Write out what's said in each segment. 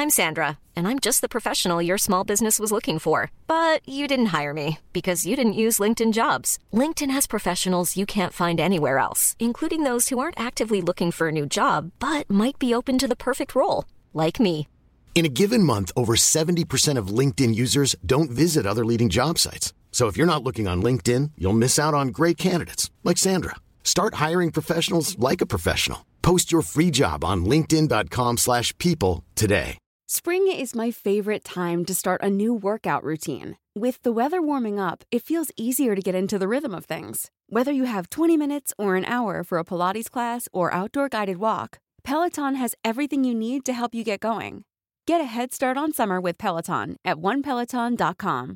I'm Sandra, and I'm just the professional your small business was looking for. But you didn't hire me because you didn't use LinkedIn Jobs. LinkedIn has professionals you can't find anywhere else, including those who aren't actively looking for a new job, but might be open to the perfect role, like me. In a given month, over 70% of LinkedIn users don't visit other leading job sites. So if you're not looking on LinkedIn, you'll miss out on great candidates like Sandra. Start hiring professionals like a professional. Post your free job on linkedin.com/people today. Spring is my favorite time to start a new workout routine. With the weather warming up, it feels easier to get into the rhythm of things. Whether you have 20 minutes or an hour for a Pilates class or outdoor guided walk, Peloton has everything you need to help you get going. Get a head start on summer with Peloton at onepeloton.com.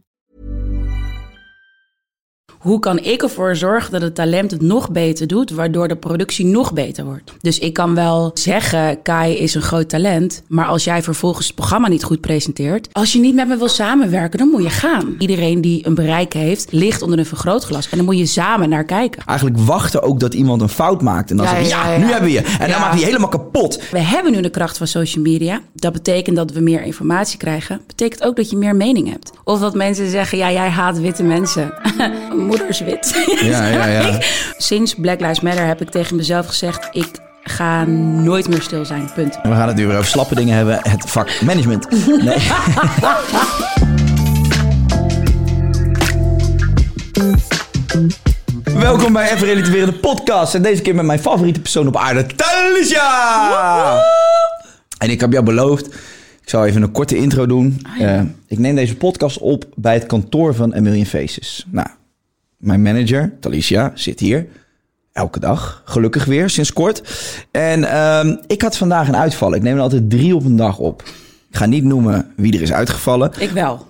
Hoe kan ik ervoor zorgen dat het talent het nog beter doet, waardoor de productie nog beter wordt? Dus ik kan wel zeggen, Kai is een groot talent, maar als jij vervolgens het programma niet goed presenteert, als je niet met me wil samenwerken, dan moet je gaan. Iedereen die een bereik heeft, ligt onder een vergrootglas en dan moet je samen naar kijken. Eigenlijk wachten ook dat iemand een fout maakt en dan zeggen nu hebben we je. En dan maakt hij helemaal kapot. We hebben nu de kracht van social media. Dat betekent dat we meer informatie krijgen. Dat betekent ook dat je meer mening hebt. Of dat mensen zeggen, ja, jij haat witte mensen. Moeders wit. Ja. Sinds Black Lives Matter heb ik tegen mezelf gezegd, ik ga nooit meer stil zijn. Punt. En we gaan het nu weer over slappe dingen hebben. Het vak management. Nee. Welkom bij Even Relativeren, de podcast. En deze keer met mijn favoriete persoon op aarde, Talisha! En ik heb jou beloofd, ik zal even een korte intro doen. Ik neem deze podcast op bij het kantoor van A Million Faces. Nou, mijn manager, Talisha, zit hier. Elke dag, gelukkig weer, sinds kort. En ik had vandaag een uitval. Ik neem er altijd 3 op een dag op. Ik ga niet noemen wie er is uitgevallen. Ik wel.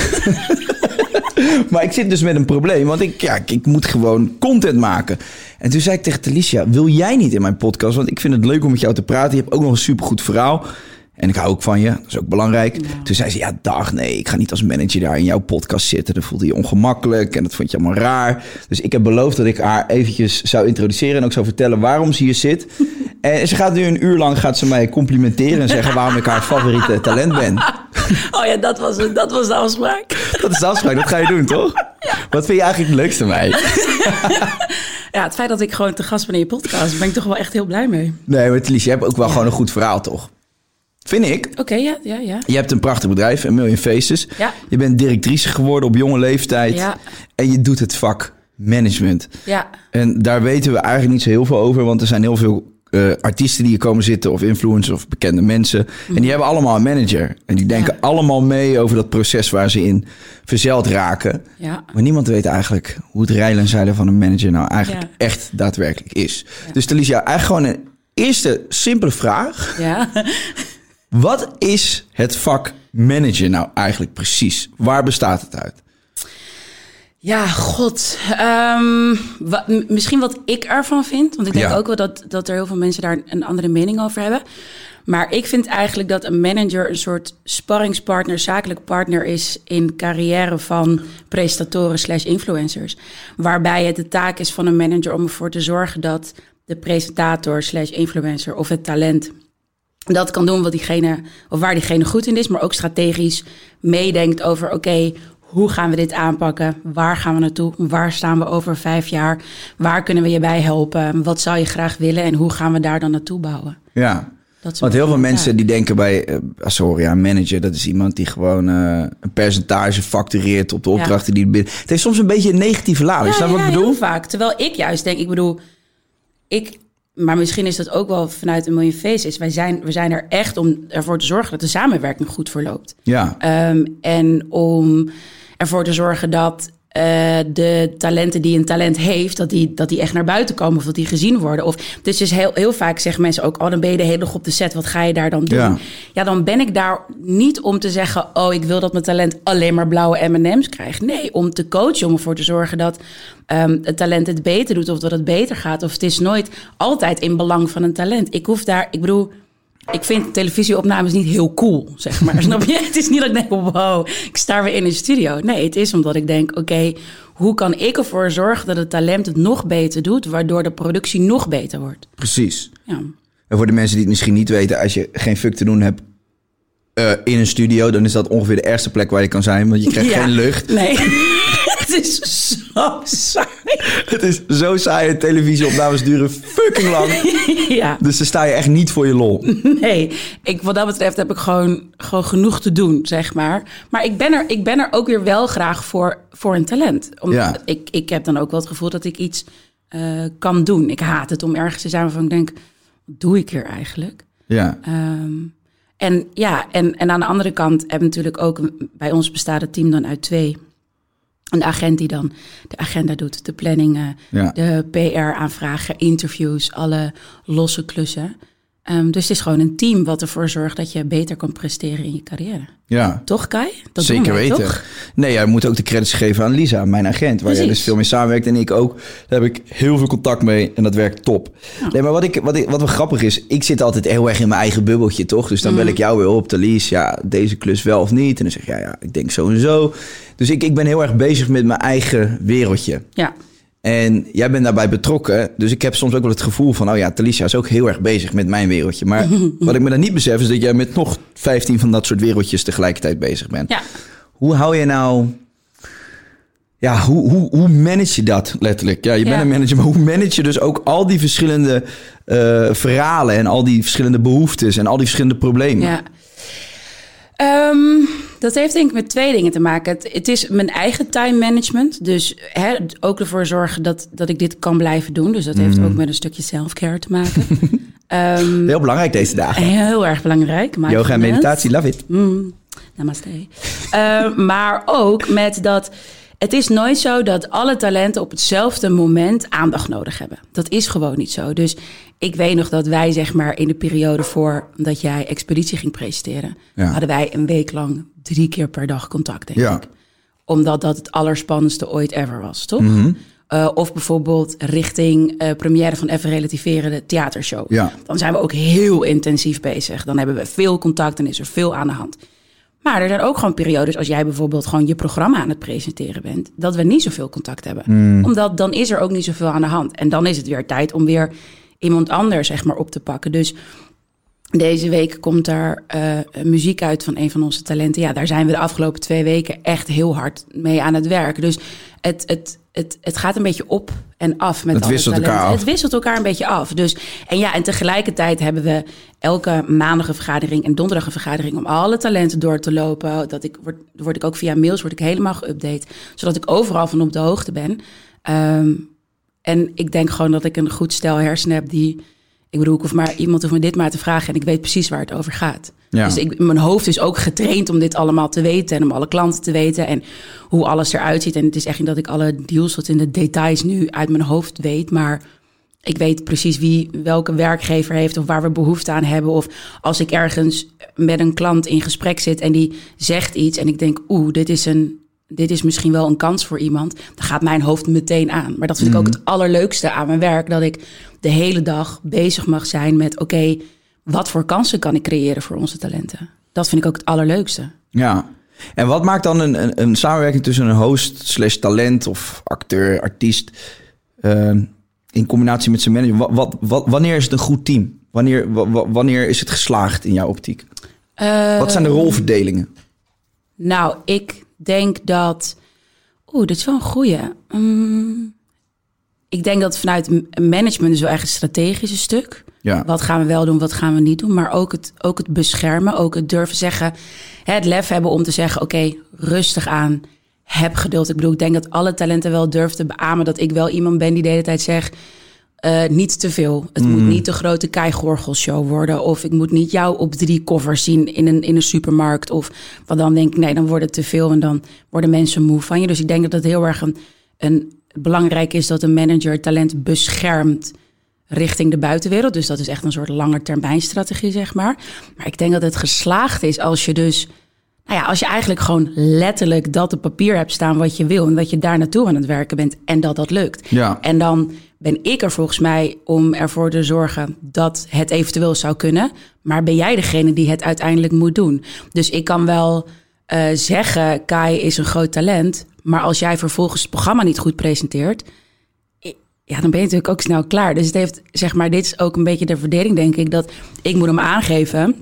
Maar ik zit dus met een probleem, want ik moet gewoon content maken. En toen zei ik tegen Talisha, wil jij niet in mijn podcast? Want ik vind het leuk om met jou te praten. Je hebt ook nog een supergoed verhaal. En ik hou ook van je, dat is ook belangrijk. Ja. Toen zei ze, nee, ik ga niet als manager daar in jouw podcast zitten. Dan voelde je ongemakkelijk en dat vond je allemaal raar. Dus ik heb beloofd dat ik haar eventjes zou introduceren en ook zou vertellen waarom ze hier zit. En ze gaat nu een uur lang mij complimenteren en zeggen waarom ik haar favoriete talent ben. Oh ja, dat was de afspraak. Dat is de afspraak, dat ga je doen, toch? Ja. Wat vind je eigenlijk het leukste aan mij? Ja, het feit dat ik gewoon te gast ben in je podcast, daar ben ik toch wel echt heel blij mee. Nee, maar Talisha, je hebt ook wel gewoon een goed verhaal, toch? Vind ik. Oké, ja. Je hebt een prachtig bedrijf, A Million Faces. Ja. Je bent directrice geworden op jonge leeftijd. Ja. En je doet het vak management. Ja. En daar weten we eigenlijk niet zo heel veel over. Want er zijn heel veel artiesten die hier komen zitten. Of influencers of bekende mensen. Mm. En die hebben allemaal een manager. En die denken allemaal mee over dat proces waar ze in verzeild raken. Ja. Maar niemand weet eigenlijk hoe het rijlen en zeilen van een manager nou eigenlijk echt daadwerkelijk is. Ja. Dus Talisha, eigenlijk gewoon een eerste simpele vraag. Ja. Wat is het vak manager nou eigenlijk precies? Waar bestaat het uit? Ja, god. Misschien wat ik ervan vind. Want ik denk ook wel dat er heel veel mensen daar een andere mening over hebben. Maar ik vind eigenlijk dat een manager een soort sparringspartner, zakelijk partner is in carrière van presentatoren / influencers. Waarbij het de taak is van een manager om ervoor te zorgen dat de presentator / influencer of het talent dat kan doen wat diegene, of waar diegene goed in is, maar ook strategisch meedenkt over oké, hoe gaan we dit aanpakken? Waar gaan we naartoe? Waar staan we over 5 jaar? Waar kunnen we je bij helpen? Wat zou je graag willen en hoe gaan we daar dan naartoe bouwen? Ja, want heel veel mensen die denken bij een manager, dat is iemand die gewoon een percentage factureert op de opdrachten die er binnen. Het heeft soms een beetje een negatieve lading. Snap wat ik bedoel? Heel vaak. Terwijl ik juist denk, maar misschien is dat ook wel vanuit A Million Faces. We zijn er echt om ervoor te zorgen dat de samenwerking goed verloopt. Ja. En om ervoor te zorgen dat de talenten die een talent heeft, dat die echt naar buiten komen of dat die gezien worden. Dus heel vaak zeggen mensen ook, dan ben je de hele dag op de set, wat ga je daar dan doen? Ja, dan ben ik daar niet om te zeggen, ik wil dat mijn talent alleen maar blauwe M&M's krijgt. Nee, om te coachen, om ervoor te zorgen dat het talent het beter doet of dat het beter gaat. Of het is nooit altijd in belang van een talent. Ik vind televisieopnames niet heel cool, zeg maar. Snap je? Het is niet dat ik denk, wow, ik sta weer in een studio. Nee, het is omdat ik denk, oké, hoe kan ik ervoor zorgen dat het talent het nog beter doet, waardoor de productie nog beter wordt? Precies. Ja. En voor de mensen die het misschien niet weten, als je geen fuck te doen hebt, in een studio, dan is dat ongeveer de eerste plek waar je kan zijn. Want je krijgt geen lucht. Nee, het is zo saai. Het is zo saai. Televisieopnames duren fucking lang. Ja. Dus dan sta je echt niet voor je lol. Nee, wat dat betreft heb ik gewoon genoeg te doen, zeg maar. Maar ik ben er ook weer wel graag voor een talent. Ik heb dan ook wel het gevoel dat ik iets kan doen. Ik haat het om ergens te zijn waarvan ik denk, wat doe ik hier eigenlijk? Ja. En aan de andere kant hebben natuurlijk ook, bij ons bestaat het team dan uit 2. Een agent die dan de agenda doet, de planningen, de PR-aanvragen, interviews, alle losse klussen. Dus het is gewoon een team wat ervoor zorgt dat je beter kan presteren in je carrière. Ja. Toch, Kai? Dat zeker doen wij, weten. Toch? Nee, jij moet ook de credits geven aan Lisa, mijn agent. Waar jij dus veel mee samenwerkt en ik ook. Daar heb ik heel veel contact mee en dat werkt top. Oh. Nee, maar wat wel grappig is, ik zit altijd heel erg in mijn eigen bubbeltje, toch? Dus dan bel ik jou weer op, Thalys, deze klus wel of niet? En dan zeg je, ik denk zo en zo. Dus ik ben heel erg bezig met mijn eigen wereldje. Ja. En jij bent daarbij betrokken. Dus ik heb soms ook wel het gevoel van, Thalys is ook heel erg bezig met mijn wereldje. Maar wat ik me dan niet besef is dat jij met nog 15 van dat soort wereldjes tegelijkertijd bezig bent. Ja. Hoe hou je nou... Ja, hoe manage je dat letterlijk? Ja, je bent een manager, maar hoe manage je dus ook al die verschillende verhalen en al die verschillende behoeftes en al die verschillende problemen? Ja. Dat heeft denk ik met 2 dingen te maken. Het is mijn eigen time management. Dus ook ervoor zorgen dat ik dit kan blijven doen. Dus dat heeft ook met een stukje self-care te maken. Heel belangrijk deze dagen. Heel erg belangrijk. Yoga en meditatie, love it. Namaste. Maar ook met dat... Het is nooit zo dat alle talenten op hetzelfde moment aandacht nodig hebben. Dat is gewoon niet zo. Dus ik weet nog dat wij zeg maar in de periode voordat jij Expeditie ging presenteren... hadden wij een week lang 3 keer per dag contact, denk ik. Omdat dat het allerspannendste ooit ever was, toch? Mm-hmm. Of bijvoorbeeld richting première van Even Relativeren, de theatershow. Ja. Dan zijn we ook heel intensief bezig. Dan hebben we veel contact en is er veel aan de hand. Maar er zijn ook gewoon periodes, als jij bijvoorbeeld gewoon je programma aan het presenteren bent, dat we niet zoveel contact hebben. Omdat dan is er ook niet zoveel aan de hand. En dan is het weer tijd om weer iemand anders zeg maar op te pakken. Dus deze week komt daar muziek uit van een van onze talenten. Ja, daar zijn we de afgelopen 2 weken echt heel hard mee aan het werk. Dus het gaat een beetje op en af met alle talenten. Het wisselt elkaar een beetje af. Dus, en tegelijkertijd hebben we elke maandag een vergadering en donderdag een vergadering om alle talenten door te lopen. Word ik ook via mails helemaal geüpdate, zodat ik overal van op de hoogte ben. En ik denk gewoon dat ik een goed stel hersenen heb die... Ik bedoel, iemand hoeft me dit maar te vragen en ik weet precies waar het over gaat. Ja. Dus mijn hoofd is ook getraind om dit allemaal te weten en om alle klanten te weten en hoe alles eruit ziet. En het is echt niet dat ik alle deals tot in de details nu uit mijn hoofd weet, maar ik weet precies wie welke werkgever heeft of waar we behoefte aan hebben. Of als ik ergens met een klant in gesprek zit en die zegt iets en ik denk, dit is misschien wel een kans voor iemand, dan gaat mijn hoofd meteen aan. Maar dat vind ik ook het allerleukste aan mijn werk, dat ik de hele dag bezig mag zijn met, oké, wat voor kansen kan ik creëren voor onze talenten? Dat vind ik ook het allerleukste. Ja. En wat maakt dan een samenwerking tussen een host/talent of acteur, artiest, in combinatie met zijn manager? Wanneer is het een goed team? Wanneer is het geslaagd in jouw optiek? Wat zijn de rolverdelingen? Nou, ik denk dat... dit is wel een goeie. Ik denk dat vanuit management is wel echt een strategische stuk. Ja. Wat gaan we wel doen, wat gaan we niet doen? Maar ook het beschermen, ook het durven zeggen. Het lef hebben om te zeggen, oké, rustig aan. Heb geduld. Ik bedoel, ik denk dat alle talenten wel durven te beamen dat ik wel iemand ben die de hele tijd zegt, niet te veel. Het moet niet de grote keigorgelshow worden. Of ik moet niet jou op 3 covers zien in een supermarkt. Of wat dan denk ik, nee, dan wordt het te veel en dan worden mensen moe van je. Dus ik denk dat het heel erg belangrijk is dat een manager talent beschermt richting de buitenwereld. Dus dat is echt een soort langetermijnstrategie, zeg maar. Maar ik denk dat het geslaagd is als je dus... als je eigenlijk gewoon letterlijk dat op papier hebt staan wat je wil en dat je daar naartoe aan het werken bent en dat lukt. Ja. En dan ben ik er volgens mij om ervoor te zorgen dat het eventueel zou kunnen. Maar ben jij degene die het uiteindelijk moet doen? Dus ik kan wel zeggen, Kai is een groot talent. Maar als jij vervolgens het programma niet goed presenteert, dan ben je natuurlijk ook snel klaar. Dus het heeft, zeg maar, dit is ook een beetje de verdeling, denk ik, dat ik moet hem aangeven.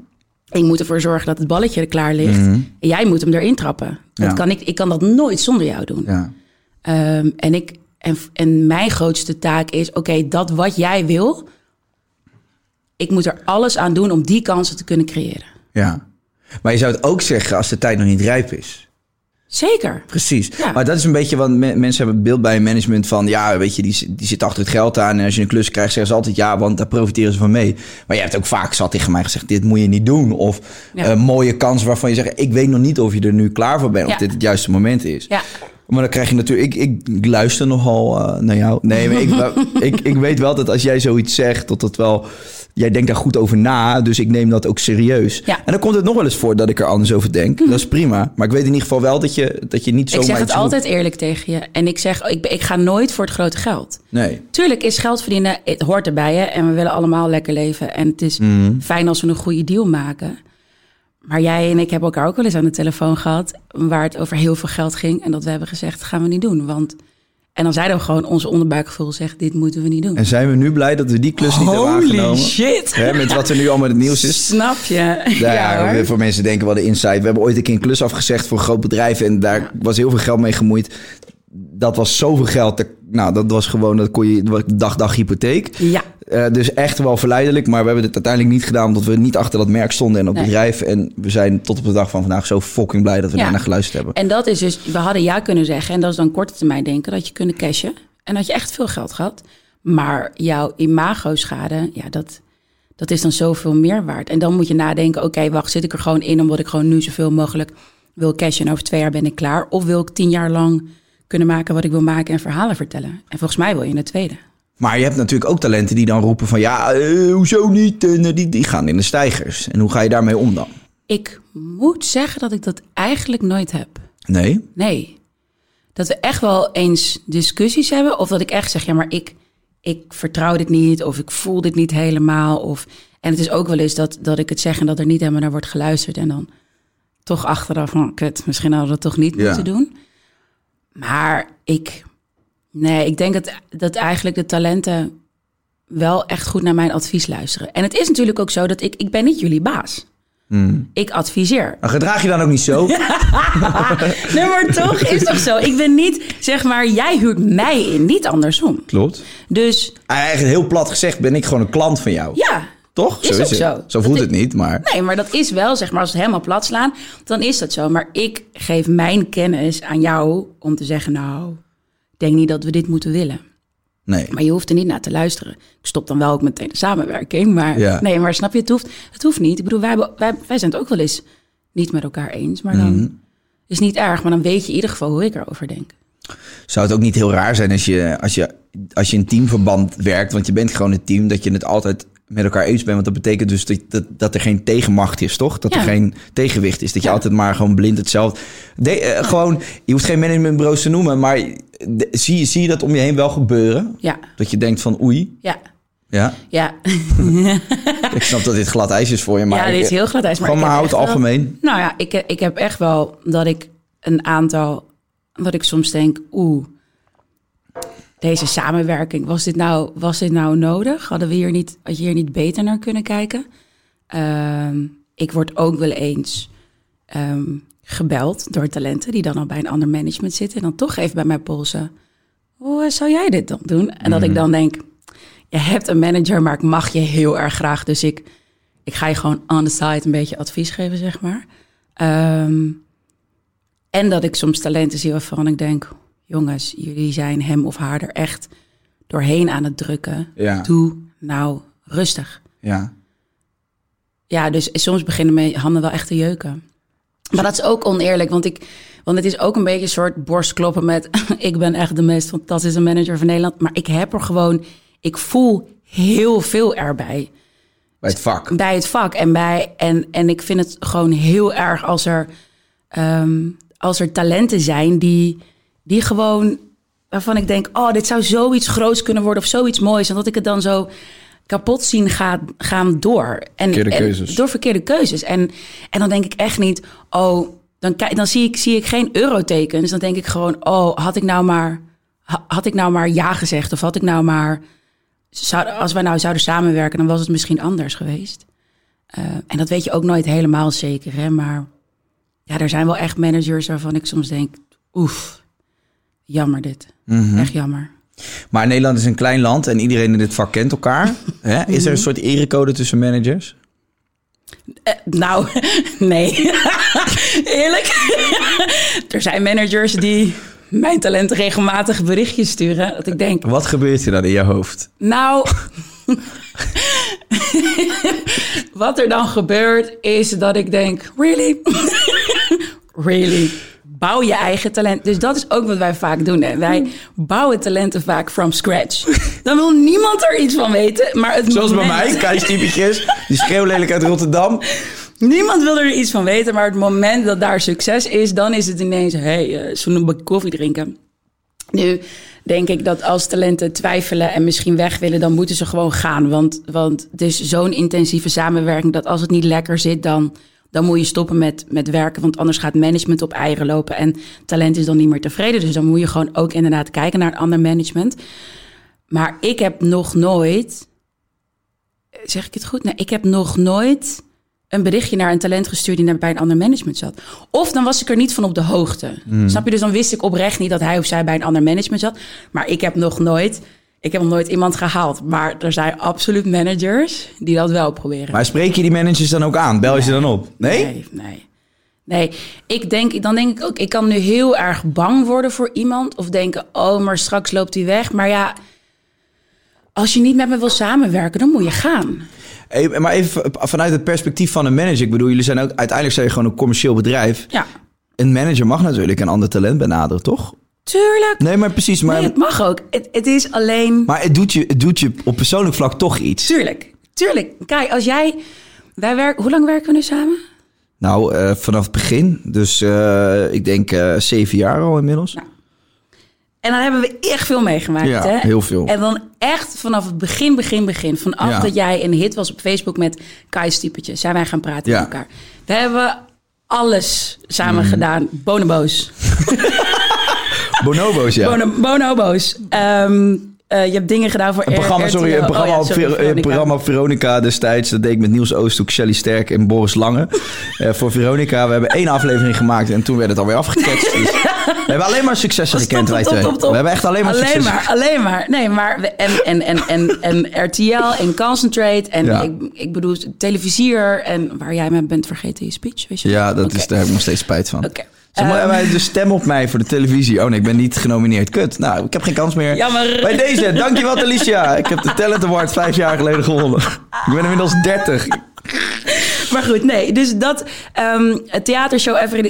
Ik moet ervoor zorgen dat het balletje er klaar ligt. En jij moet hem erin trappen. Ik kan dat nooit zonder jou doen. Ja. En mijn grootste taak is... Oké, dat wat jij wil... Ik moet er alles aan doen om die kansen te kunnen creëren. Ja. Maar je zou het ook zeggen als de tijd nog niet rijp is. Zeker. Precies. Ja. Maar dat is een beetje... Want mensen hebben het beeld bij management van... Ja, weet je, die zit achter het geld aan. En als je een klus krijgt, zeggen ze altijd ja... Want daar profiteren ze van mee. Maar je hebt ook vaak zat tegen mij gezegd... Dit moet je niet doen. Of mooie kansen waarvan je zegt... Ik weet nog niet of je er nu klaar voor bent. Of dit het juiste moment is. Ja. Maar dan krijg je natuurlijk... Ik luister nogal naar jou. Nee, maar ik weet wel dat als jij zoiets zegt... dat wel... Jij denkt daar goed over na, dus ik neem dat ook serieus. Ja. En dan komt het nog wel eens voor dat ik er anders over denk. Dat is prima. Maar ik weet in ieder geval wel dat je niet zo... Ik zeg het altijd eerlijk tegen je. En ik zeg, ik ga nooit voor het grote geld. Nee. Tuurlijk is geld verdienen, het hoort erbij. Hè? En we willen allemaal lekker leven. En het is fijn als we een goede deal maken. Maar jij en ik hebben elkaar ook wel eens aan de telefoon gehad... waar het over heel veel geld ging. En dat we hebben gezegd, dat gaan we niet doen. En dan zeiden we gewoon, onze onderbuikgevoel zegt... dit moeten we niet doen. En zijn we nu blij dat we die klus niet hebben aangenomen? Holy shit! Hè, met wat er nu allemaal in het nieuws is. Snap je? Ja, voor mensen denken wel de insight. We hebben ooit een keer een klus afgezegd voor een groot bedrijf... en daar was heel veel geld mee gemoeid. Dat was zoveel geld. Dat was gewoon, dat kon je dag hypotheek. Ja. Dus echt wel verleidelijk. Maar we hebben het uiteindelijk niet gedaan... omdat we niet achter dat merk stonden en op bedrijf. En we zijn tot op de dag van vandaag zo fucking blij... dat we daarna geluisterd hebben. En dat is dus... We hadden ja kunnen zeggen... en dat is dan korte termijn denken... dat je kunnen cashen. En dat je echt veel geld gehad. Maar jouw imago-schade... ja, dat is dan zoveel meer waard. En dan moet je nadenken... oké, wacht, zit ik er gewoon in... omdat ik gewoon nu zoveel mogelijk wil cashen... en over 2 jaar ben ik klaar? Of wil ik 10 jaar lang kunnen maken wat ik wil maken... en verhalen vertellen? En volgens mij wil je in het tweede. Maar je hebt natuurlijk ook talenten die dan roepen van... ja, hoezo niet? En die gaan in de steigers. En hoe ga je daarmee om dan? Ik moet zeggen dat ik dat eigenlijk nooit heb. Nee? Nee. Dat we echt wel eens discussies hebben... of dat ik echt zeg, ja, maar ik vertrouw dit niet... of ik voel dit niet helemaal. En het is ook wel eens dat ik het zeg... en dat er niet helemaal naar wordt geluisterd... en dan toch achteraf van... kut, misschien hadden we dat toch niet moeten doen. Maar ik denk dat eigenlijk de talenten... wel echt goed naar mijn advies luisteren. En het is natuurlijk ook zo dat ik ben niet jullie baas. Ik adviseer. Maar gedraag je dan ook niet zo? Nee, maar toch is toch zo. Ik ben niet, zeg maar, jij huurt mij in, niet andersom. Klopt. Dus... Eigenlijk heel plat gezegd ben ik gewoon een klant van jou. Ja. Toch? Is ook zo. Zo voelt het niet, maar... Nee, maar dat is wel, zeg maar, als we het helemaal plat slaan... dan is dat zo. Maar ik geef mijn kennis aan jou om te zeggen... nou, ik denk niet dat we dit moeten willen. Nee. Maar je hoeft er niet naar te luisteren. Ik stop dan wel ook meteen de samenwerking. Maar nee, maar snap je, het hoeft niet. Ik bedoel, wij zijn het ook wel eens niet met elkaar eens. Maar dan is niet erg. Maar dan weet je in ieder geval hoe ik erover denk. Zou het ook niet heel raar zijn als je in teamverband werkt... want je bent gewoon een team, dat je het altijd met elkaar eens bent? Want dat betekent dus dat er geen tegenmacht is, toch? Dat er geen tegenwicht is. Dat je altijd maar gewoon blind hetzelfde... Gewoon, je hoeft geen managementbureaus te noemen... maar zie je dat om je heen wel gebeuren? Ja. Dat je denkt van oei? Ja. Ja? Ja. Ik snap dat dit glad ijs is voor je, maar... Ja, dit is heel glad ijs. Gewoon maar houd het algemeen. Nou ja, ik heb echt wel dat ik een aantal... wat ik soms denk, deze samenwerking, was dit nou nodig? Had je hier niet beter naar kunnen kijken? Ik word ook wel eens gebeld door talenten... die dan al bij een ander management zitten... en dan toch even bij mij polsen... hoe zou jij dit dan doen? En dat ik dan denk... je hebt een manager, maar ik mag je heel erg graag... dus ik ga je gewoon on the side een beetje advies geven, zeg maar. En dat ik soms talenten zie waarvan ik denk... jongens, jullie zijn hem of haar er echt doorheen aan het drukken. Ja. Doe nou rustig. Ja. Ja, dus soms beginnen mijn handen wel echt te jeuken. Maar dat is ook oneerlijk, want het is ook een beetje een soort borstkloppen met... ik ben echt de meest fantastische manager van Nederland. Maar ik voel heel veel erbij. Bij het vak. Bij het vak. En ik vind het gewoon heel erg als er talenten zijn die gewoon... waarvan ik denk, dit zou zoiets groots kunnen worden... of zoiets moois. En dat ik het dan zo kapot zien gaan door. Door verkeerde keuzes. En dan denk ik echt niet... dan zie ik geen eurotekens. Dan denk ik gewoon... had ik nou maar ja gezegd? Of had ik nou maar... als wij nou zouden samenwerken... dan was het misschien anders geweest. En dat weet je ook nooit helemaal zeker, hè? Maar ja, er zijn wel echt managers waarvan ik soms denk, oef, jammer dit. Mm-hmm. Echt jammer. Maar Nederland is een klein land en iedereen in dit vak kent elkaar. Hè? Is er een soort erecode tussen managers? Nou, nee. Eerlijk. Er zijn managers die mijn talenten regelmatig berichtjes sturen. Dat ik denk... Wat gebeurt er dan in je hoofd? Nou... Wat er dan gebeurt is dat ik denk... Really? Really? Bouw je eigen talent. Dus dat is ook wat wij vaak doen. Hè. Wij bouwen talenten vaak from scratch. Dan wil niemand er iets van weten. Maar het zoals moment... bij mij, Keistypetjes. Die schreeuwlelijk uit Rotterdam. Niemand wil er iets van weten. Maar het moment dat daar succes is... dan is het ineens... zullen we een bak koffie drinken? Nu denk ik dat als talenten twijfelen en misschien weg willen... dan moeten ze gewoon gaan. Want het is zo'n intensieve samenwerking... dat als het niet lekker zit, dan moet je stoppen met werken. Want anders gaat management op eieren lopen. En talent is dan niet meer tevreden. Dus dan moet je gewoon ook inderdaad kijken naar een ander management. Maar ik heb nog nooit... Zeg ik het goed? Nee, ik heb nog nooit een berichtje naar een talent gestuurd... die bij een ander management zat. Of dan was ik er niet van op de hoogte. Snap je? Dus dan wist ik oprecht niet dat hij of zij bij een ander management zat. Maar ik heb nog nooit iemand gehaald. Maar er zijn absoluut managers die dat wel proberen. Maar spreek je die managers dan ook aan? Bel je ze dan op? Nee. Dan denk ik ook, ik kan nu heel erg bang worden voor iemand. Of denken, oh, maar straks loopt hij weg. Maar ja, als je niet met me wil samenwerken, dan moet je gaan. Hey, maar even vanuit het perspectief van een manager. Ik bedoel, jullie zijn ook uiteindelijk gewoon een commercieel bedrijf. Ja. Een manager mag natuurlijk een ander talent benaderen, toch? Tuurlijk. Nee, maar precies. Maar... Nee, het mag ook. Het is alleen... Maar het doet je op persoonlijk vlak toch iets. Tuurlijk. Kijk, als jij... Hoe lang werken we nu samen? Nou, vanaf het begin. Dus ik denk 7 jaar al inmiddels. Nou. En dan hebben we echt veel meegemaakt. Ja, hè? Heel veel. En dan echt vanaf het begin. Vanaf dat jij een hit was op Facebook met Keistypetjes. Zijn wij gaan praten met elkaar. We hebben alles samen gedaan. Bonobo's. Bonobo's, ja. Bonobo's. Je hebt dingen gedaan voor een programma op Veronica destijds. Dat deed ik met Niels Oosthoek, Shelley Sterk en Boris Lange. Voor Veronica. We hebben 1 aflevering gemaakt en toen werd het alweer afgeketst. Dus we hebben alleen maar successen gekend, wij twee. We hebben echt alleen maar successen. Alleen maar. Nee, maar en RTL en Concentrate en ik bedoel televisier en waar jij me bent vergeten je speech. Weet je? Ja, daar heb ik nog steeds spijt van. Okay. Ze hebben de stem op mij voor de televisie. Oh nee, ik ben niet genomineerd. Kut. Nou, ik heb geen kans meer. Jammer. Bij deze, dankjewel Alicia. Ik heb de Talent Award 5 jaar geleden gewonnen. Ik ben inmiddels 30. Maar goed, nee. Dus dat theatershow Everyday.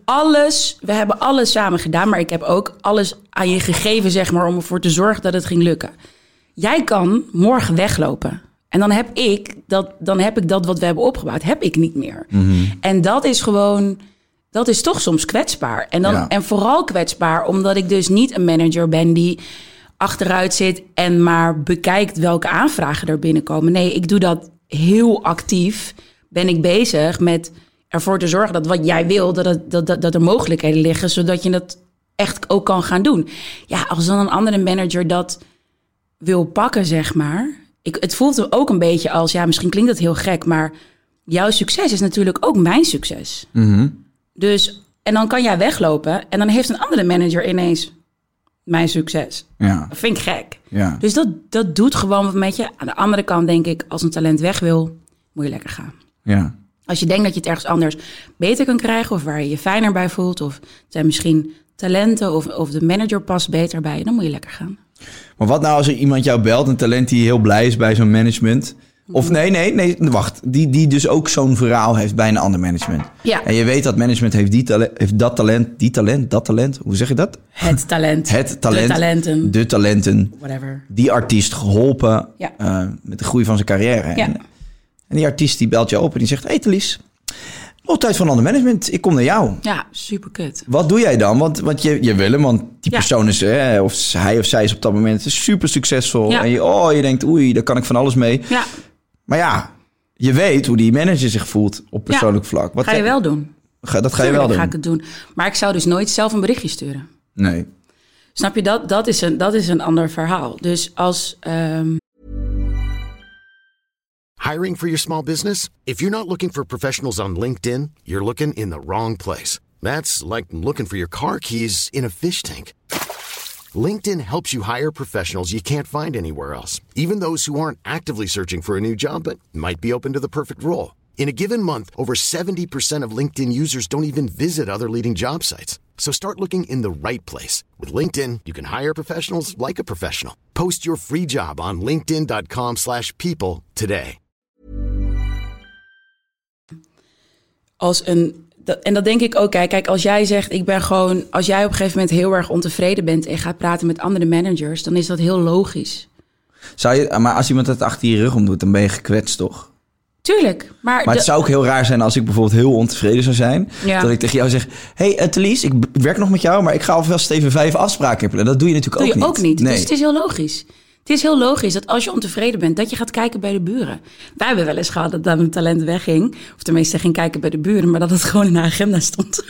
We hebben alles samen gedaan. Maar ik heb ook alles aan je gegeven, zeg maar, om ervoor te zorgen dat het ging lukken. Jij kan morgen weglopen. En dan heb ik dat wat we hebben opgebouwd, heb ik niet meer. Mm-hmm. En dat is gewoon... Dat is toch soms kwetsbaar. En vooral kwetsbaar omdat ik dus niet een manager ben die achteruit zit en maar bekijkt welke aanvragen er binnenkomen. Nee, ik doe dat heel actief. Ben ik bezig met ervoor te zorgen dat wat jij wil, dat er mogelijkheden liggen, zodat je dat echt ook kan gaan doen. Ja, als dan een andere manager dat wil pakken, zeg maar. Het voelt ook een beetje als, ja, misschien klinkt dat heel gek, maar jouw succes is natuurlijk ook mijn succes. Mm-hmm. Dus, en dan kan jij weglopen en dan heeft een andere manager ineens mijn succes. Ja. Dat vind ik gek. Ja. Dus dat doet gewoon wat met je. Aan de andere kant denk ik, als een talent weg wil, moet je lekker gaan. Ja. Als je denkt dat je het ergens anders beter kan krijgen of waar je je fijner bij voelt, of het zijn misschien talenten of de manager past beter bij je, dan moet je lekker gaan. Maar wat nou als er iemand jou belt, een talent die heel blij is bij zo'n management? Of nee, wacht. Die dus ook zo'n verhaal heeft bij een ander management. Ja. En je weet dat management heeft dat talent. Hoe zeg je dat? Het talent. De talenten. Whatever. Die artiest geholpen met de groei van zijn carrière. Ja. En die artiest die belt jou op en die zegt... Hey Thalys, nog tijd voor een ander management. Ik kom naar jou. Ja, super kut. Wat doe jij dan? Want je wil hem, want die persoon is... of hij of zij is op dat moment super succesvol. Ja. En je denkt, oei, daar kan ik van alles mee. Ja. Maar ja, je weet hoe die manager zich voelt op persoonlijk vlak. Wat ga je wel doen. Dat ga je wel doen. Ga ik het doen. Maar ik zou dus nooit zelf een berichtje sturen. Nee. Snap je, dat is een ander verhaal. Dus als... Hiring for your small business? If you're not looking for professionals on LinkedIn, you're looking in the wrong place. That's like looking for your car keys in a fish tank. LinkedIn helps you hire professionals you can't find anywhere else, even those who aren't actively searching for a new job but might be open to the perfect role. In a given month, over 70% of LinkedIn users don't even visit other leading job sites. So start looking in the right place. With LinkedIn, you can hire professionals like a professional. Post your free job on linkedin.com/people today. En dat denk ik ook. Kijk, als jij zegt, als jij op een gegeven moment heel erg ontevreden bent en gaat praten met andere managers, dan is dat heel logisch. Maar als iemand het achter je rug om doet, dan ben je gekwetst, toch? Tuurlijk. Maar het zou ook heel raar zijn als ik bijvoorbeeld heel ontevreden zou zijn. Ja. Dat ik tegen jou zeg, hey Thalys, ik werk nog met jou, maar ik ga alvast even 5 afspraken plannen. Dat doe je natuurlijk ook niet. Nee. Dus het is heel logisch. Het is heel logisch dat als je ontevreden bent, dat je gaat kijken bij de buren. Wij hebben wel eens gehad dat dan een talent wegging. Of tenminste ging kijken bij de buren, maar dat het gewoon in de agenda stond.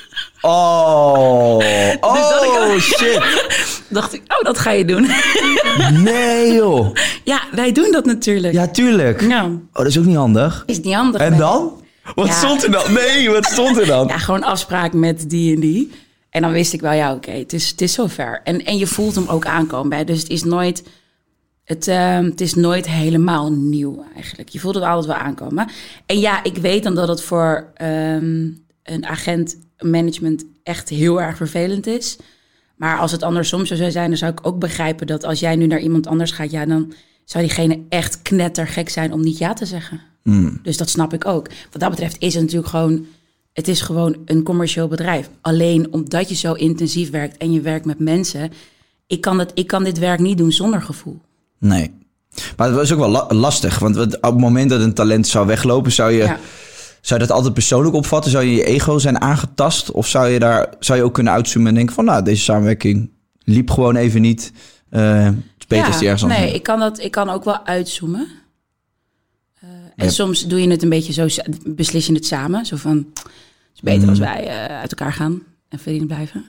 Shit. Dacht ik, dat ga je doen. Nee joh. Ja, wij doen dat natuurlijk. Ja, tuurlijk. Ja. Dat is ook niet handig. Is niet handig. En dan? Wat stond er dan? Nee, wat stond er dan? Ja, gewoon afspraak met die en die. En dan wist ik wel, oké, het is zover. En je voelt hem ook aankomen. Dus het is nooit... Het is nooit helemaal nieuw eigenlijk. Je voelt het altijd wel aankomen. En ja, ik weet dan dat het voor een agent management echt heel erg vervelend is. Maar als het andersom zou zijn, dan zou ik ook begrijpen dat als jij nu naar iemand anders gaat, ja, dan zou diegene echt knettergek zijn om niet ja te zeggen. Dus dat snap ik ook. Wat dat betreft is het natuurlijk gewoon, het is gewoon een commercieel bedrijf. Alleen omdat je zo intensief werkt en je werkt met mensen, ik kan dit werk niet doen zonder gevoel. Nee, maar het was ook wel lastig. Want op het moment dat een talent zou weglopen, zou je dat altijd persoonlijk opvatten? Zou je ego zijn aangetast? Of zou je ook kunnen uitzoomen en denken van, deze samenwerking liep gewoon even niet. Het is beter als die ergens anders. Nee, ik kan ook wel uitzoomen. En soms doe je het een beetje zo, beslis je het samen. Zo van, het is beter als wij uit elkaar gaan en vrienden blijven.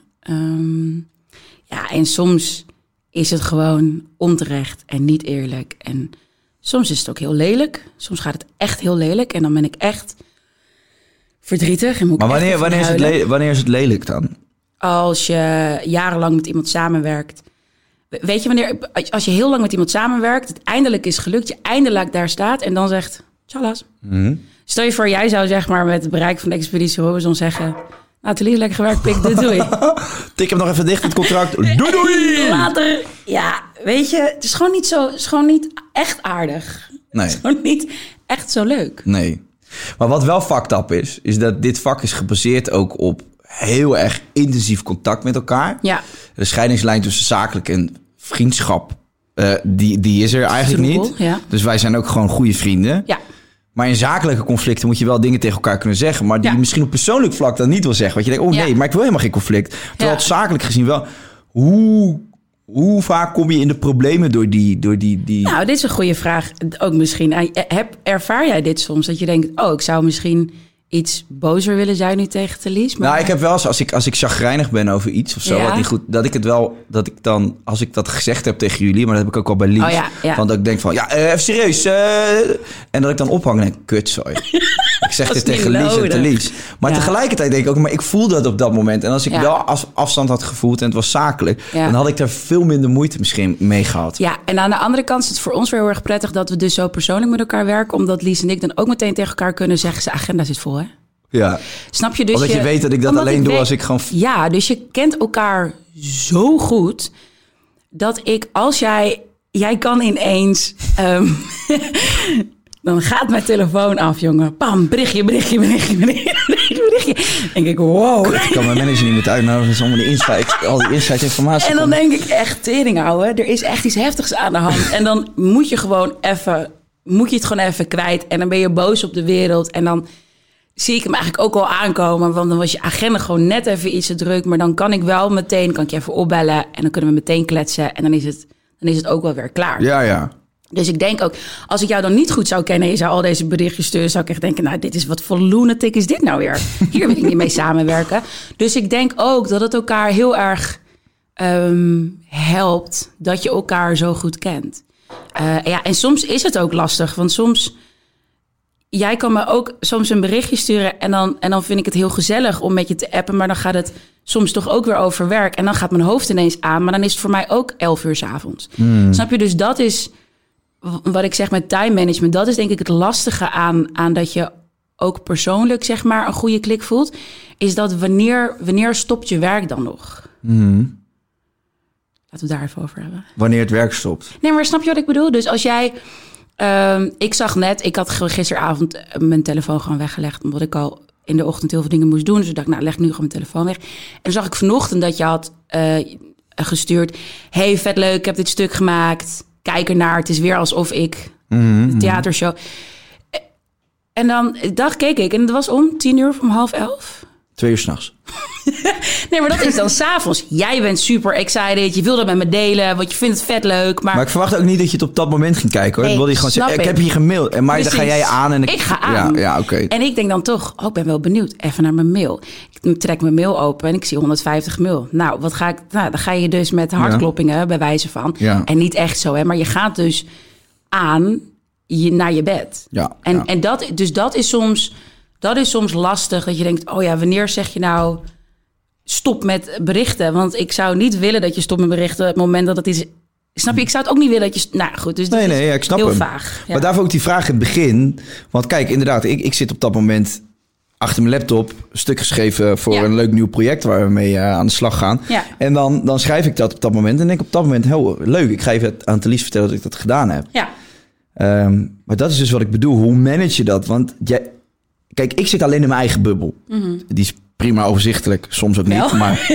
En soms is het gewoon onterecht en niet eerlijk. En soms is het ook heel lelijk. Soms gaat het echt heel lelijk. En dan ben ik echt verdrietig. En maar wanneer is het lelijk dan? Als je jarenlang met iemand samenwerkt. Weet je, als je heel lang met iemand samenwerkt, het eindelijk is gelukt, je eindelijk daar staat en dan zegt, tjallas. Stel je voor, jij zou zeg maar met het bereik van de Expeditie Robinson zeggen, Thalys, lekker gewerkt, pik, doei. Tik hem nog even dicht, het contract. Doei! Later. Ja, weet je, het is gewoon niet echt aardig. Nee. Het is gewoon niet echt zo leuk. Nee. Maar wat wel fucked up is dat dit vak is gebaseerd ook op heel erg intensief contact met elkaar. Ja. De scheidingslijn tussen zakelijk en vriendschap, die is er eigenlijk niet. Ja. Dus wij zijn ook gewoon goede vrienden. Ja. Maar in zakelijke conflicten moet je wel dingen tegen elkaar kunnen zeggen, maar die je misschien op persoonlijk vlak dan niet wil zeggen. Want je denkt, nee, maar ik wil helemaal geen conflict. Terwijl het zakelijk gezien wel, hoe vaak kom je in de problemen door die... Nou, dit is een goede vraag. Ook misschien. Ervaar jij dit soms? Dat je denkt, ik zou misschien iets bozer willen zijn nu tegen Thalys? Maar... Nou, ik heb wel eens, als ik chagrijnig ben over iets of zo, wat niet goed, dat ik het wel, dat ik dan, als ik dat gezegd heb tegen jullie, maar dat heb ik ook al bij Lies, want dat ik denk van, even serieus, en dat ik dan ophang en denk, kutzooi. Ik zeg dit tegen Lies en Thalys. Maar tegelijkertijd denk ik ook, maar ik voel dat op dat moment. En als ik wel afstand had gevoeld en het was zakelijk, dan had ik daar veel minder moeite misschien mee gehad. Ja, en aan de andere kant is het voor ons weer heel erg prettig dat we dus zo persoonlijk met elkaar werken, omdat Lies en ik dan ook meteen tegen elkaar kunnen zeggen, zijn agenda zit vol, hè? Ja. Snap je? Dus omdat je weet dat ik dat alleen doe als ik gewoon... Ja, dus je kent elkaar zo goed dat als jij kan ineens... dan gaat mijn telefoon af, jongen. Pam, berichtje. Denk ik, wow. Ik kan mijn manager niet meer uitnodigen. Dat is al die insight informatie. En dan denk ik echt, tering ouwe, er is echt iets heftigs aan de hand. En dan moet je het gewoon even kwijt. En dan ben je boos op de wereld. En dan zie ik hem eigenlijk ook al aankomen. Want dan was je agenda gewoon net even iets te druk. Maar dan kan ik je even opbellen. En dan kunnen we meteen kletsen. En dan is het ook wel weer klaar. Ja. Dus ik denk ook, als ik jou dan niet goed zou kennen... en je zou al deze berichtjes sturen... zou ik echt denken, nou, dit is wat voor lunatic is dit nou weer? Hier wil ik niet mee samenwerken. Dus ik denk ook dat het elkaar heel erg helpt... dat je elkaar zo goed kent. En soms is het ook lastig. Want soms jij kan me ook soms een berichtje sturen en dan vind ik het heel gezellig om met je te appen, maar dan gaat het soms toch ook weer over werk en dan gaat mijn hoofd ineens aan, maar dan is het voor mij ook 11 uur 's avonds. Snap je? Dus dat is wat ik zeg met time management. Dat is denk ik het lastige aan dat je ook persoonlijk zeg maar een goede klik voelt, is dat wanneer stopt je werk dan nog? Mm. Laten we het daar even over hebben. Wanneer het werk stopt. Nee, maar snap je wat ik bedoel? Dus als jij... ik had gisteravond mijn telefoon gewoon weggelegd, omdat ik al in de ochtend heel veel dingen moest doen. Dus ik dacht, leg ik nu gewoon mijn telefoon weg. En toen zag ik vanochtend dat je had gestuurd, hey, vet leuk, ik heb dit stuk gemaakt. Kijk ernaar, het is weer alsof ik de theatershow. En dan keek ik en het was om 10:00 of om 10:30. 2 uur 's nachts. Nee, maar dat is dan 's avonds. Jij bent super excited. Je wil dat met me delen, want je vindt het vet leuk. Maar ik verwacht ook niet dat je het op dat moment ging kijken, hoor. Nee, wil je gewoon zeggen, ik heb je gemaild. Maar dan ga jij aan. En ik ga aan. Ja, oké. En ik denk dan toch, ik ben wel benieuwd. Even naar mijn mail. Ik trek mijn mail open en ik zie 150 mail. Nou, wat ga ik? Nou, dan ga je dus met hartkloppingen bij wijze van. Ja. En niet echt zo, hè. Maar je gaat dus aan naar je bed. Ja. En dat is soms lastig. Dat je denkt, wanneer zeg je nou stop met berichten? Want ik zou niet willen dat je stopt met berichten op het moment dat het is. Snap je? Ik zou het ook niet willen dat je. Nou goed, dus nee, ik snap heel hem. vaag. Ja. Maar daarvoor ook die vraag in het begin. Want kijk, inderdaad, ik zit op dat moment achter mijn laptop, een stuk geschreven voor een leuk nieuw project waar we mee aan de slag gaan. Ja. En dan schrijf ik dat op dat moment en denk op dat moment, heel leuk. Ik ga even aan Thalys vertellen dat ik dat gedaan heb. Ja. Maar dat is dus wat ik bedoel. Hoe manage je dat? Want kijk, ik zit alleen in mijn eigen bubbel. Mm-hmm. Die is prima overzichtelijk, soms ook niet. Maar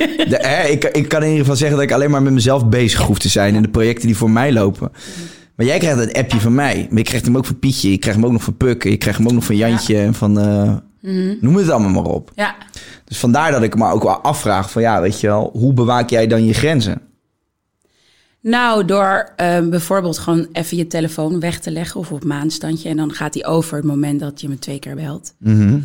ik kan in ieder geval zeggen dat ik alleen maar met mezelf bezig hoef te zijn in de projecten die voor mij lopen. Maar jij krijgt een appje van mij. Maar je krijgt hem ook van Pietje, je krijgt hem ook nog van Puk, je krijgt hem ook nog van Jantje en van noem het allemaal maar op. Ja. Dus vandaar dat ik me ook wel afvraag van weet je wel, hoe bewaak jij dan je grenzen? Nou, door bijvoorbeeld gewoon even je telefoon weg te leggen of op maanstandje. En dan gaat hij over het moment dat je me 2 keer belt. Mm-hmm.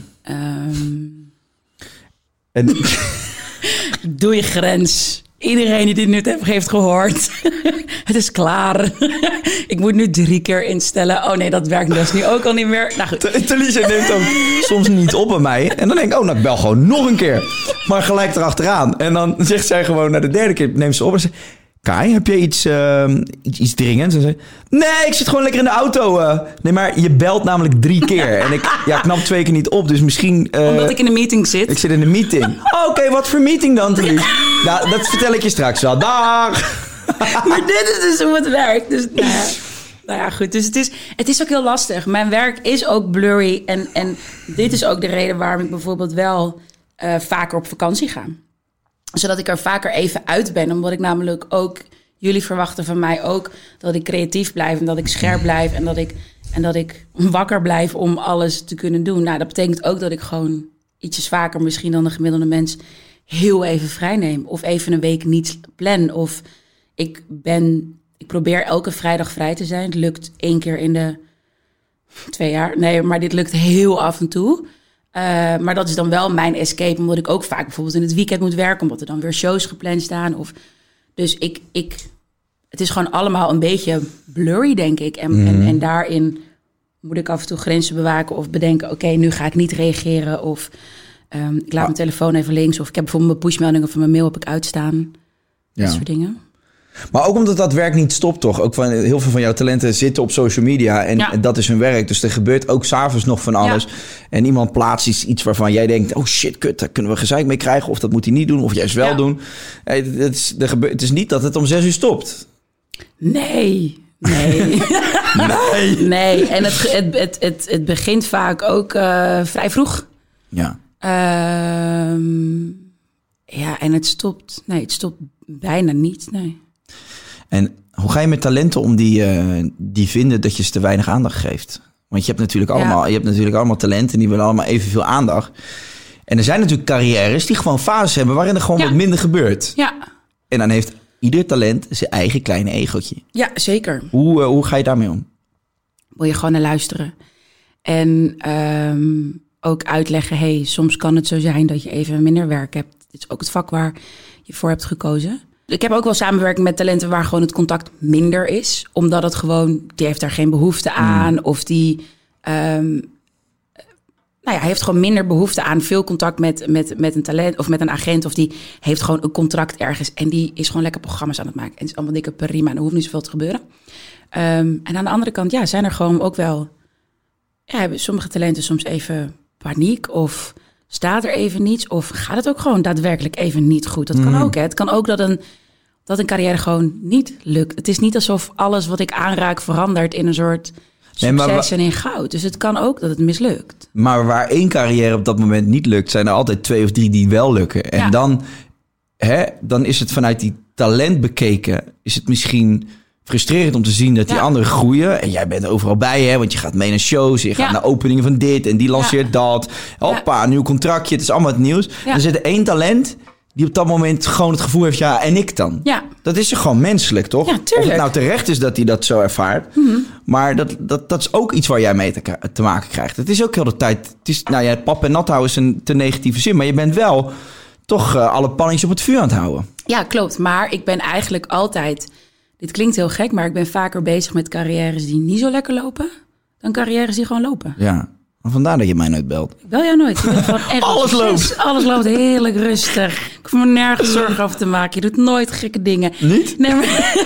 Doe je grens. Iedereen die dit nu heeft gehoord. Het is klaar. Ik moet nu 3 keer instellen. Oh nee, dat werkt dus nu ook al niet meer. Nou goed. Thalys neemt ook soms niet op bij mij. En dan denk ik, ik bel gewoon nog een keer. Maar gelijk erachteraan. En dan zegt zij gewoon na de 3e keer, neemt ze op en zegt, Kai, heb je iets dringends? En zei, nee, ik zit gewoon lekker in de auto. Nee, maar je belt namelijk 3 keer. En ik knap 2 keer niet op, dus misschien... Omdat ik in een meeting zit. Ik zit in een meeting. Oké, wat voor meeting dan, Thalys? Nou, dat vertel ik je straks wel. Dag! Maar dit is dus hoe het werkt. Dus, nou ja, goed. Dus het is ook heel lastig. Mijn werk is ook blurry. En dit is ook de reden waarom ik bijvoorbeeld wel vaker op vakantie ga. Zodat ik er vaker even uit ben. Omdat ik namelijk ook... Jullie verwachten van mij ook dat ik creatief blijf. En dat ik scherp blijf. En dat ik wakker blijf om alles te kunnen doen. Nou, dat betekent ook dat ik gewoon ietsjes vaker misschien dan de gemiddelde mens heel even vrij neem. Of even een week niet plan. Of ik probeer elke vrijdag vrij te zijn. Het lukt 1 keer in de 2 jaar. Nee, maar dit lukt heel af en toe. Maar dat is dan wel mijn escape, omdat ik ook vaak bijvoorbeeld in het weekend moet werken, omdat er dan weer shows gepland staan. Dus het is gewoon allemaal een beetje blurry, denk ik. En daarin moet ik af en toe grenzen bewaken of bedenken, oké, nu ga ik niet reageren. Of ik laat mijn telefoon even links. Of ik heb bijvoorbeeld mijn pushmeldingen van mijn mail heb ik uitstaan. Dat soort dingen. Maar ook omdat dat werk niet stopt, toch? Ook van heel veel van jouw talenten zitten op social media en dat is hun werk. Dus er gebeurt ook 's avonds nog van alles. Ja. En iemand plaatst iets waarvan jij denkt, oh shit, kut, daar kunnen we gezeik mee krijgen. Of dat moet hij niet doen, of juist wel doen. Het is niet dat het om 6 uur stopt. Nee. Nee. En het begint vaak ook vrij vroeg. Ja. En het stopt. Nee, het stopt bijna niet, nee. En hoe ga je met talenten om die vinden dat je ze te weinig aandacht geeft? Want je hebt natuurlijk allemaal talenten die willen allemaal evenveel aandacht. En er zijn natuurlijk carrières die gewoon fases hebben waarin er gewoon wat minder gebeurt. Ja. En dan heeft ieder talent zijn eigen kleine egootje. Ja, zeker. Hoe ga je daarmee om? Wil je gewoon naar luisteren. En ook uitleggen, soms kan het zo zijn dat je even minder werk hebt. Dit is ook het vak waar je voor hebt gekozen. Ik heb ook wel samenwerking met talenten waar gewoon het contact minder is. Omdat het gewoon, die heeft daar geen behoefte aan. Of die hij heeft gewoon minder behoefte aan veel contact met een talent of met een agent. Of die heeft gewoon een contract ergens. En die is gewoon lekker programma's aan het maken. En het is allemaal dikke prima. En er hoeft niet zoveel te gebeuren. En aan de andere kant, zijn er gewoon ook wel... Ja, hebben sommige talenten soms even paniek of staat er even niets... of gaat het ook gewoon daadwerkelijk even niet goed. Dat kan ook, hè. Het kan ook dat een carrière gewoon niet lukt. Het is niet alsof alles wat ik aanraak verandert in een soort succes en in goud. Dus het kan ook dat het mislukt. Maar waar één carrière op dat moment niet lukt... zijn er altijd 2 of 3 die wel lukken. En dan is het vanuit die talent bekeken... is het misschien... frustrerend om te zien dat die anderen groeien. En jij bent overal bij, hè? Want je gaat mee naar shows. Je gaat naar openingen van dit en die lanceert dat. Hoppa, een nieuw contractje. Het is allemaal het nieuws. Ja. Er zit 1 talent die op dat moment gewoon het gevoel heeft... en ik dan? Ja. Dat is gewoon menselijk, toch? Ja, tuurlijk. Of het nou terecht is dat hij dat zo ervaart. Mm-hmm. Maar dat is ook iets waar jij mee te maken krijgt. Het is ook heel de tijd... Het is, het pap en nat houden is een te negatieve zin. Maar je bent wel toch alle pannetjes op het vuur aan het houden. Ja, klopt. Maar ik ben eigenlijk altijd... Dit klinkt heel gek, maar ik ben vaker bezig met carrières die niet zo lekker lopen... dan carrières die gewoon lopen. Ja, vandaar dat je mij nooit belt. Ik bel jou nooit. Je bent gewoon echt alles loopt heerlijk rustig. Ik hoef me nergens zorgen over te maken. Je doet nooit gekke dingen. Niet? Nee,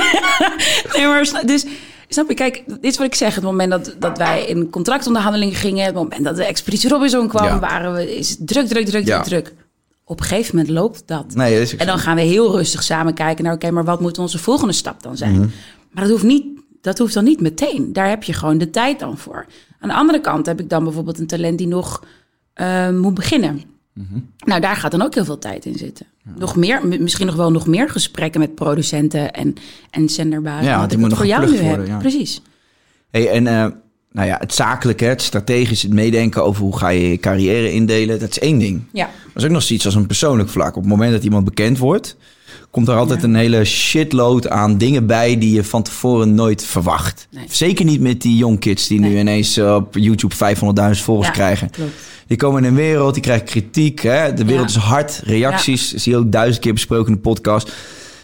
maar dus... Snap je? Kijk, dit is wat ik zeg. Het moment dat wij in contractonderhandelingen gingen... het moment dat de Expeditie Robinson kwam... waren we druk. Op een gegeven moment loopt dat. Nee, dat is en dan gaan we heel rustig samen kijken naar... oké, maar wat moet onze volgende stap dan zijn? Mm-hmm. Maar dat hoeft dan niet meteen. Daar heb je gewoon de tijd dan voor. Aan de andere kant heb ik dan bijvoorbeeld een talent... die nog moet beginnen. Mm-hmm. Nou, daar gaat dan ook heel veel tijd in zitten. Ja. Nog meer, misschien nog meer gesprekken met producenten en zenderbazen. Ja, want die moet voor jou nu hebben. Ja. Precies. Hey, en... het zakelijke, het strategisch, het meedenken over hoe ga je carrière indelen, dat is 1 ding. Ja. Dat is ook nog zoiets als een persoonlijk vlak. Op het moment dat iemand bekend wordt, komt er altijd een hele shitload aan dingen bij die je van tevoren nooit verwacht. Nee. Zeker niet met die young kids die nu ineens op YouTube 500.000 volgers krijgen. Klopt. Die komen in een wereld, die krijgen kritiek. Hè? De wereld is hard, reacties, zie je ook 1000 keer besproken in de podcast.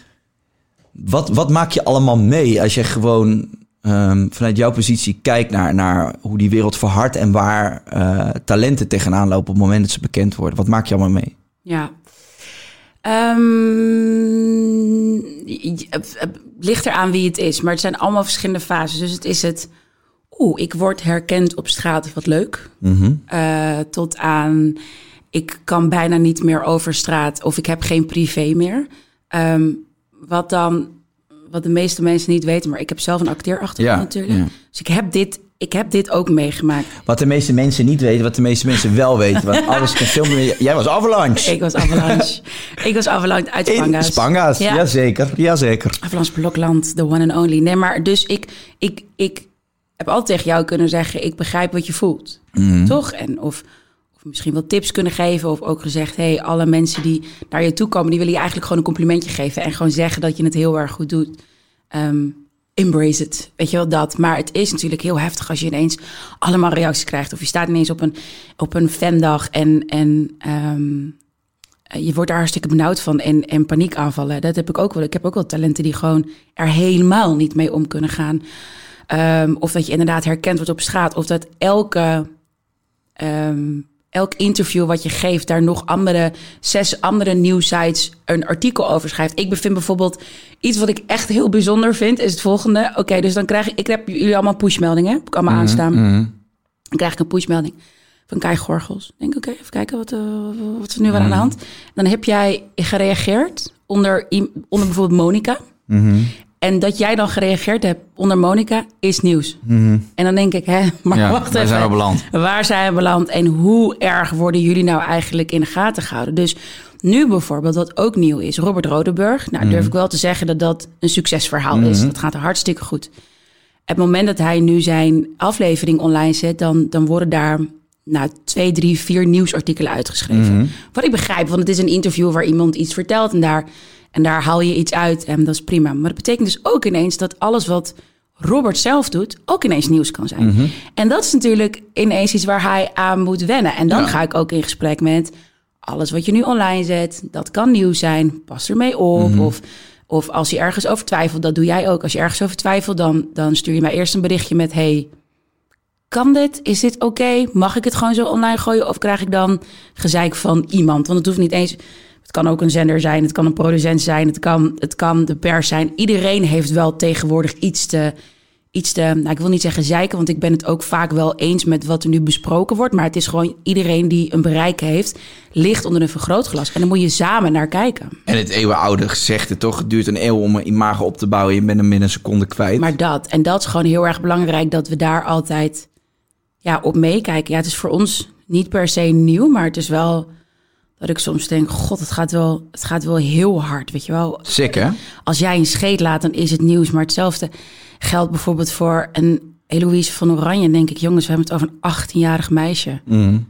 Wat maak je allemaal mee als je gewoon... vanuit jouw positie kijkt naar hoe die wereld verhardt... en waar talenten tegenaan lopen op het moment dat ze bekend worden. Wat maak je allemaal mee? Ja. Het ligt eraan wie het is. Maar het zijn allemaal verschillende fases. Dus het is ik word herkend op straat, wat leuk. Mm-hmm. Tot aan, ik kan bijna niet meer over straat... of ik heb geen privé meer. Wat de meeste mensen niet weten, maar ik heb zelf een acteerachtergrond natuurlijk. Ja. Dus ik heb dit ook meegemaakt. Wat de meeste mensen niet weten, wat de meeste mensen wel weten. Want alles kan filmen. Jij was Avalanche. Ik was Avalanche. Ik was Avalanche uit Spanga's. Spanga's, ja. Jazeker. Avalanche Blokland, the one and only. Nee, maar dus ik heb altijd tegen jou kunnen zeggen... ik begrijp wat je voelt. Mm. Toch? En of misschien wel tips kunnen geven. Of ook gezegd, hey, alle mensen die naar je toe komen... die willen je eigenlijk gewoon een complimentje geven. En gewoon zeggen dat je het heel erg goed doet. Embrace it. Weet je wel, dat. Maar het is natuurlijk heel heftig als je ineens allemaal reacties krijgt. Of je staat ineens op een fandag en je wordt daar hartstikke benauwd van. En paniekaanvallen. Dat heb ik ook wel. Ik heb ook wel talenten die gewoon er helemaal niet mee om kunnen gaan. Of dat je inderdaad herkend wordt op straat. Of dat elk interview wat je geeft, daar nog 6 andere nieuwsites een artikel over schrijft. Ik bevind bijvoorbeeld iets wat ik echt heel bijzonder vind, is het volgende. Oké, dus dan krijg ik heb jullie allemaal pushmeldingen, heb ik allemaal aanstaan. Mm-hmm. Dan krijg ik een pushmelding van Kai Gorgels. Denk oké, even kijken wat is er nu aan de hand. Dan heb jij gereageerd onder bijvoorbeeld Monica. Mm-hmm. En dat jij dan gereageerd hebt onder Monica is nieuws. Mm-hmm. En dan denk ik, maar wacht even. Waar zijn we beland? Waar zijn we beland? En hoe erg worden jullie nou eigenlijk in de gaten gehouden? Dus nu bijvoorbeeld, wat ook nieuw is, Robert Rodenburg. Nou, durf ik wel te zeggen dat dat een succesverhaal is. Dat gaat er hartstikke goed. Op het moment dat hij nu zijn aflevering online zet, dan worden daar 2, 3, 4 nieuwsartikelen uitgeschreven. Mm-hmm. Wat ik begrijp, want het is een interview waar iemand iets vertelt en daar haal je iets uit en dat is prima. Maar dat betekent dus ook ineens dat alles wat Robert zelf doet ook ineens nieuws kan zijn. Mm-hmm. En dat is natuurlijk ineens iets waar hij aan moet wennen. En dan ga ik ook in gesprek met alles wat je nu online zet. Dat kan nieuws zijn. Pas ermee op. Mm-hmm. Of als je ergens over twijfelt, dat doe jij ook. Als je ergens over twijfelt, dan stuur je mij eerst een berichtje met... hey, kan dit? Is dit oké? Mag ik het gewoon zo online gooien? Of krijg ik dan gezeik van iemand? Want het hoeft niet eens... Het kan ook een zender zijn, het kan een producent zijn... het kan de pers zijn. Iedereen heeft wel tegenwoordig iets te... Nou, ik wil niet zeggen zeiken, want ik ben het ook vaak wel eens met wat er nu besproken wordt. Maar het is gewoon iedereen die een bereik heeft, ligt onder een vergrootglas. En dan moet je samen naar kijken. En het eeuwenoude gezegde toch, het duurt een eeuw om een imago op te bouwen. Je bent hem in een seconde kwijt. Maar dat is gewoon heel erg belangrijk dat we daar altijd op meekijken. Ja, het is voor ons niet per se nieuw, maar het is wel dat ik soms denk, god, het gaat wel heel hard, weet je wel. Zeker. Als jij een scheet laat, dan is het nieuws, maar hetzelfde geldt bijvoorbeeld voor een Eloïse van Oranje. En denk ik, jongens, we hebben het over een 18-jarig meisje.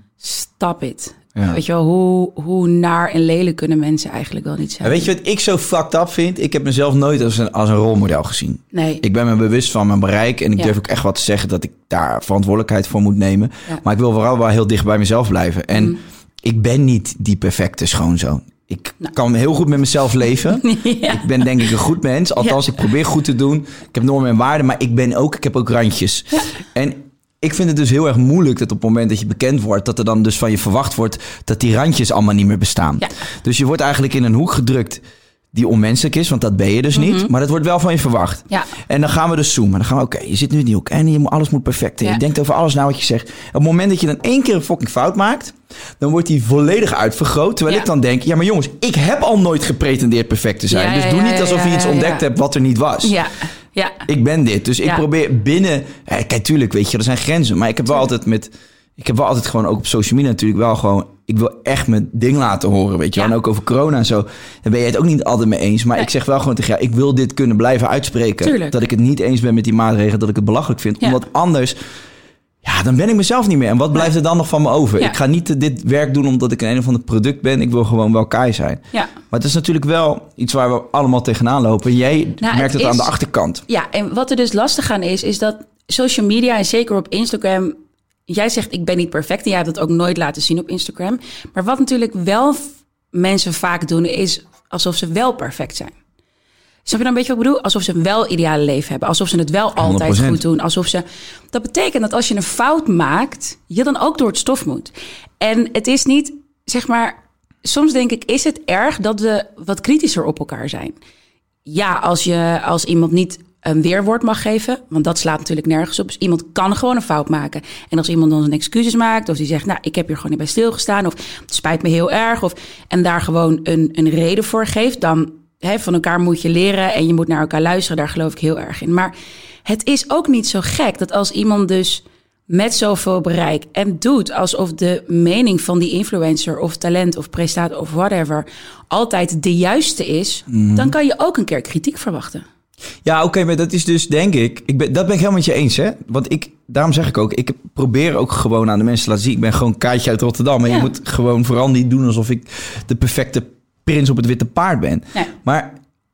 Stop it. Ja. Weet je wel, hoe naar en lelijk kunnen mensen eigenlijk wel niet zijn. En weet je wat ik zo fucked up vind? Ik heb mezelf nooit als een rolmodel gezien. Nee. Ik ben me bewust van mijn bereik. En ik durf ook echt wat te zeggen dat ik daar verantwoordelijkheid voor moet nemen. Ja. Maar ik wil vooral wel heel dicht bij mezelf blijven. En ik ben niet die perfecte schoonzoon. Ik kan heel goed met mezelf leven. Ja. Ik ben denk ik een goed mens. Althans, ik probeer goed te doen. Ik heb normen en waarden, maar ik heb ook randjes. Ja. En ik vind het dus heel erg moeilijk dat op het moment dat je bekend wordt, dat er dan dus van je verwacht wordt dat die randjes allemaal niet meer bestaan. Ja. Dus je wordt eigenlijk in een hoek gedrukt die onmenselijk is, want dat ben je dus niet. Maar dat wordt wel van je verwacht. Ja. En dan gaan we dus zoomen. Dan gaan we, oké, je zit nu in die hoek en alles moet perfect. En je denkt over alles na wat je zegt. Op het moment dat je dan 1 keer een fucking fout maakt, dan wordt die volledig uitvergroot. Terwijl ik dan denk, ja maar jongens, ik heb al nooit gepretendeerd perfect te zijn. Dus doe niet alsof je iets ontdekt hebt wat er niet was. Ja. Ja. Ik ben dit. Dus ik probeer binnen... Kijk, tuurlijk, weet je, er zijn grenzen. Maar ik heb wel altijd gewoon, ook op social media natuurlijk wel gewoon... Ik wil echt mijn ding laten horen, weet je. En ook over corona en zo. Daar ben je het ook niet altijd mee eens. Maar ik zeg wel gewoon tegen jou, ik wil dit kunnen blijven uitspreken. Tuurlijk. Dat ik het niet eens ben met die maatregelen, dat ik het belachelijk vind. Omdat anders... Ja, dan ben ik mezelf niet meer. En wat blijft er dan nog van me over? Ja. Ik ga niet dit werk doen omdat ik een of ander product ben. Ik wil gewoon wel Kai zijn. Ja. Maar het is natuurlijk wel iets waar we allemaal tegenaan lopen. Jij merkt het aan de achterkant. Ja, en wat er dus lastig aan is dat social media en zeker op Instagram... Jij zegt, ik ben niet perfect en jij hebt dat ook nooit laten zien op Instagram. Maar wat natuurlijk wel mensen vaak doen, is alsof ze wel perfect zijn. Snap je dan een beetje wat ik bedoel? Alsof ze een wel ideale leven hebben. Alsof ze het wel altijd 100%. Goed doen. Dat betekent dat als je een fout maakt, je dan ook door het stof moet. En het is niet, zeg maar... Soms denk ik, is het erg dat we wat kritischer op elkaar zijn? Ja, als iemand niet een weerwoord mag geven, want dat slaat natuurlijk nergens op. Dus iemand kan gewoon een fout maken. En als iemand dan zijn excuses maakt, of die zegt, nou, ik heb hier gewoon niet bij stilgestaan, of het spijt me heel erg, en daar gewoon een reden voor geeft, dan... van elkaar moet je leren en je moet naar elkaar luisteren. Daar geloof ik heel erg in. Maar het is ook niet zo gek dat als iemand dus met zoveel bereik en doet alsof de mening van die influencer of talent of prestator of whatever altijd de juiste is, dan kan je ook een keer kritiek verwachten. Ja, oké, maar dat is dus, denk ik... Dat ben ik helemaal met je eens, hè? Want daarom zeg ik ook, ik probeer ook gewoon aan de mensen te laten zien, ik ben gewoon Kaatje uit Rotterdam. En je moet gewoon vooral niet doen alsof ik de perfecte prins op het witte paard ben. Nee. Maar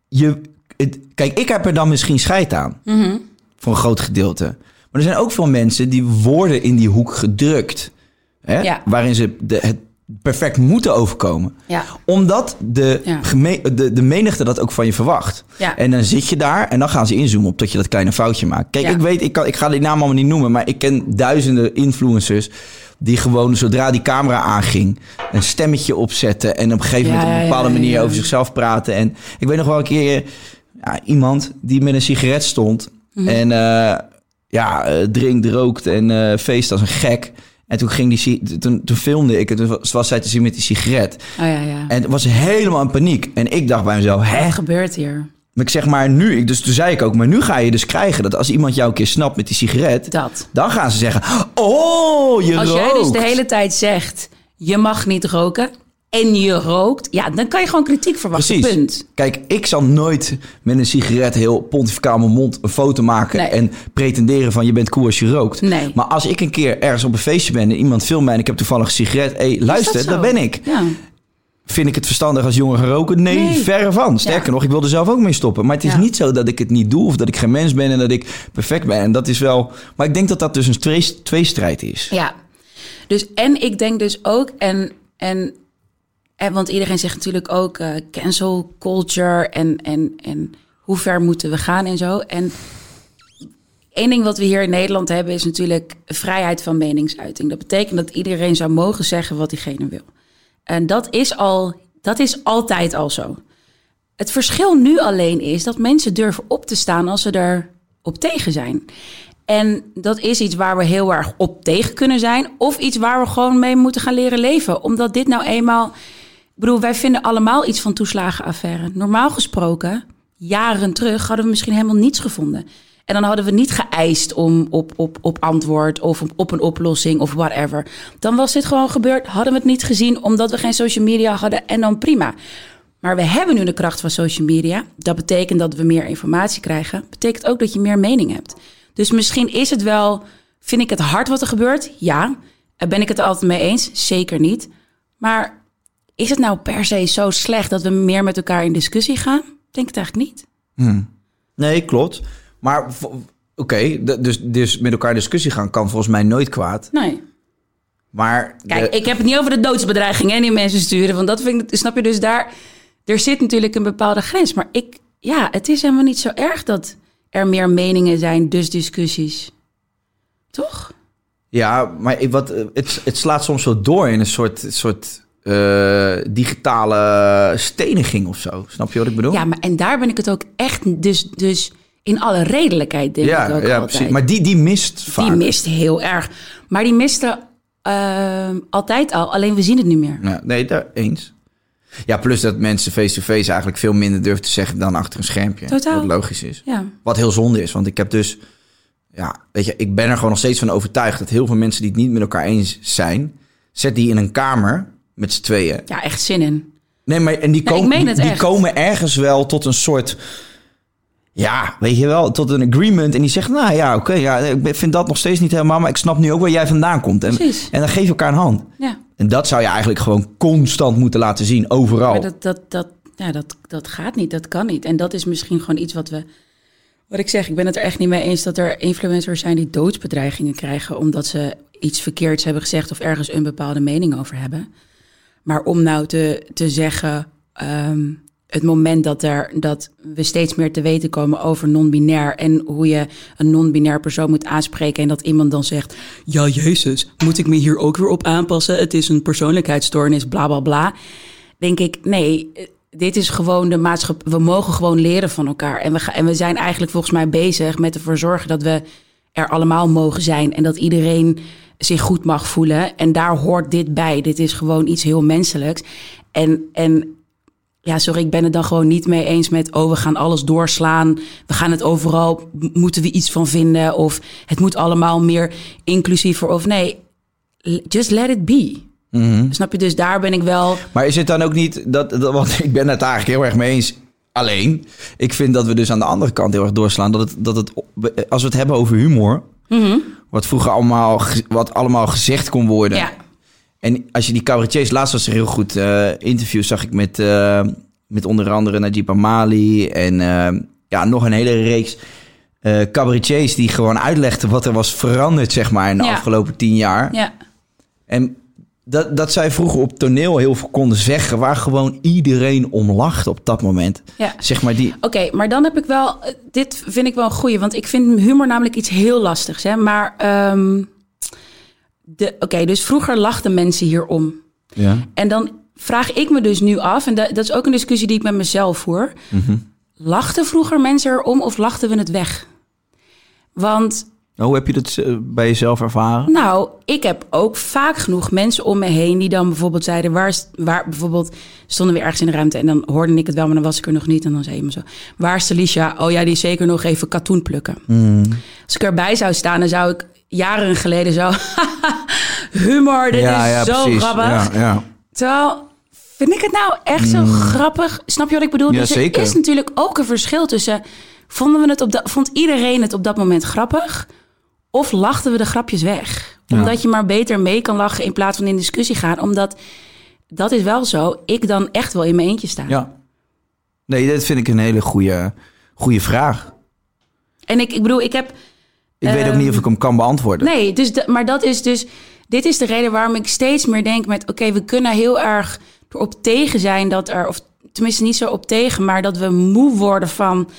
kijk, ik heb er dan misschien scheid aan. Voor een groot gedeelte. Maar er zijn ook veel mensen die worden in die hoek gedrukt. Hè? Ja. Waarin ze het perfect moeten overkomen. Ja. Omdat de menigte dat ook van je verwacht. Ja. En dan zit je daar en dan gaan ze inzoomen op dat je dat kleine foutje maakt. Kijk, ik ga die naam allemaal niet noemen, maar ik ken duizenden influencers die gewoon, zodra die camera aanging, een stemmetje opzetten en op een gegeven moment op een bepaalde manier over zichzelf praten. En ik weet nog wel een keer iemand die met een sigaret stond en drinkt, rookt en feest als een gek. En toen filmde ik het. Toen was zij te zien met die sigaret. Oh, ja. En het was helemaal in paniek. En ik dacht bij mezelf, wat gebeurt hier? Maar ik zeg maar nu, dus toen zei ik ook, maar nu ga je dus krijgen dat als iemand jou een keer snapt met die sigaret, dan gaan ze zeggen, oh, je rookt. Als jij dus de hele tijd zegt, je mag niet roken en je rookt, ja, dan kan je gewoon kritiek verwachten. Precies. Punt. Kijk, ik zal nooit met een sigaret heel pontificaal mijn mond een foto maken en pretenderen van je bent cool als je rookt. Nee. Maar als ik een keer ergens op een feestje ben en iemand filmt mij en ik heb toevallig een sigaret, luister, dat ben ik. Ja. Vind ik het verstandig als jongen gaan roken? Nee, verre van. Sterker nog, ik wil er zelf ook mee stoppen. Maar het is niet zo dat ik het niet doe of dat ik geen mens ben en dat ik perfect ben. En dat is wel... Maar ik denk dat dat dus een tweestrijd is. Ja, dus en ik denk dus ook... En want iedereen zegt natuurlijk ook cancel culture en hoe ver moeten we gaan en zo. En één ding wat we hier in Nederland hebben is natuurlijk vrijheid van meningsuiting. Dat betekent dat iedereen zou mogen zeggen wat diegene wil. En dat is altijd al zo. Het verschil nu alleen is dat mensen durven op te staan als ze er op tegen zijn. En dat is iets waar we heel erg op tegen kunnen zijn. Of iets waar we gewoon mee moeten gaan leren leven. Omdat dit nou eenmaal... Ik bedoel, wij vinden allemaal iets van toeslagenaffaire. Normaal gesproken, jaren terug, hadden we misschien helemaal niets gevonden. En dan hadden we niet geëist om op antwoord of op een oplossing of whatever. Dan was dit gewoon gebeurd, hadden we het niet gezien omdat we geen social media hadden en dan prima. Maar we hebben nu de kracht van social media. Dat betekent dat we meer informatie krijgen. Dat betekent ook dat je meer mening hebt. Dus misschien is het wel, vind ik het hard wat er gebeurt? Ja. Ben ik het er altijd mee eens? Zeker niet. Maar is het nou per se zo slecht dat we meer met elkaar in discussie gaan? Ik denk het eigenlijk niet. Nee, klopt. Maar oké, dus met elkaar discussie gaan kan volgens mij nooit kwaad. Nee. Maar kijk, ik heb het niet over de doodsbedreigingen die mensen sturen. Want dat vind ik, snap je, dus daar... Er zit natuurlijk een bepaalde grens. Maar het is helemaal niet zo erg dat er meer meningen zijn, dus discussies. Toch? Ja, maar het slaat soms zo door in een soort digitale steniging of zo. Snap je wat ik bedoel? Ja, maar en daar ben ik het ook echt... Dus in alle redelijkheid denk ik ook altijd. Precies. Maar die mist vaak. Die mist heel erg. Maar die miste altijd al. Alleen we zien het niet meer. Ja, nee, daar eens. Ja, plus dat mensen face-to-face eigenlijk veel minder durven te zeggen dan achter een schermpje. Totaal. Wat logisch is. Ja. Wat heel zonde is, want ik heb dus... Ja, weet je, ik ben er gewoon nog steeds van overtuigd dat heel veel mensen die het niet met elkaar eens zijn, zet die in een kamer met z'n tweeën. Ja, echt zin in. Nee, maar en die komen ergens wel tot een soort... Ja, weet je wel, tot een agreement. En die zegt, nou ja, oké, ik vind dat nog steeds niet helemaal, maar ik snap nu ook waar jij vandaan komt. En dan geef je elkaar een hand. Ja. En dat zou je eigenlijk gewoon constant moeten laten zien, overal. Maar dat gaat niet, dat kan niet. En dat is misschien gewoon iets wat ik zeg, ik ben het er echt niet mee eens dat er influencers zijn die doodsbedreigingen krijgen omdat ze iets verkeerds hebben gezegd of ergens een bepaalde mening over hebben. Maar om nou te zeggen, het moment dat we steeds meer te weten komen over non-binair en hoe je een non-binair persoon moet aanspreken en dat iemand dan zegt, ja Jezus, moet ik me hier ook weer op aanpassen? Het is een persoonlijkheidsstoornis, bla bla bla. Denk ik, nee, dit is gewoon de maatschappij. We mogen gewoon leren van elkaar. En we zijn eigenlijk volgens mij bezig met ervoor zorgen dat we er allemaal mogen zijn en dat iedereen zich goed mag voelen. En daar hoort dit bij. Dit is gewoon iets heel menselijks. En ja, sorry, ik ben het dan gewoon niet mee eens met, we gaan alles doorslaan. We gaan het overal, moeten we iets van vinden? Of het moet allemaal meer inclusiever. Of nee, just let it be. Mm-hmm. Snap je? Dus daar ben ik wel... Maar is het dan ook niet, want ik ben het eigenlijk heel erg mee eens. Alleen, ik vind dat we dus aan de andere kant heel erg doorslaan. Dat het als we het hebben over humor, wat vroeger allemaal gezegd kon worden. Ja. En als je die cabaretiers, laatst was er heel goed interview, zag ik met onder andere Najib Amali en nog een hele reeks cabaretiers die gewoon uitlegden wat er was veranderd, zeg maar, in de afgelopen 10 jaar. Ja. En dat zij vroeger op toneel heel veel konden zeggen, waar gewoon iedereen om lachte op dat moment. Ja. Zeg maar die... Oké, maar dan heb ik wel, dit vind ik wel een goeie, want ik vind humor namelijk iets heel lastigs, hè. Maar dus vroeger lachten mensen hierom. Ja. En dan vraag ik me dus nu af, en dat is ook een discussie die ik met mezelf voer. Mm-hmm. Lachten vroeger mensen erom of lachten we het weg? Want... Hoe heb je dat bij jezelf ervaren? Nou, ik heb ook vaak genoeg mensen om me heen die dan bijvoorbeeld zeiden, waar bijvoorbeeld stonden we ergens in de ruimte en dan hoorde ik het wel, maar dan was ik er nog niet en dan zei je me zo, waar is Alicia? Oh ja, die is zeker nog even katoen plukken. Mm. Als ik erbij zou staan, dan zou ik jaren geleden zo, humor, dit is zo precies. Grappig. Ja. Terwijl, vind ik het nou echt zo grappig? Snap je wat ik bedoel? Ja, dus zeker. Er is natuurlijk ook een verschil tussen, vond iedereen het op dat moment grappig? Of lachten we de grapjes weg? Omdat je maar beter mee kan lachen in plaats van in discussie gaan. Omdat, dat is wel zo, ik dan echt wel in mijn eentje sta. Ja. Nee, dat vind ik een hele goede vraag. En ik bedoel, ik weet ook niet of ik hem kan beantwoorden. Nee, maar dat is dus... Dit is de reden waarom ik steeds meer denk met... Oké, we kunnen heel erg erop tegen zijn dat er... Of tenminste niet zo op tegen, maar dat we moe worden van...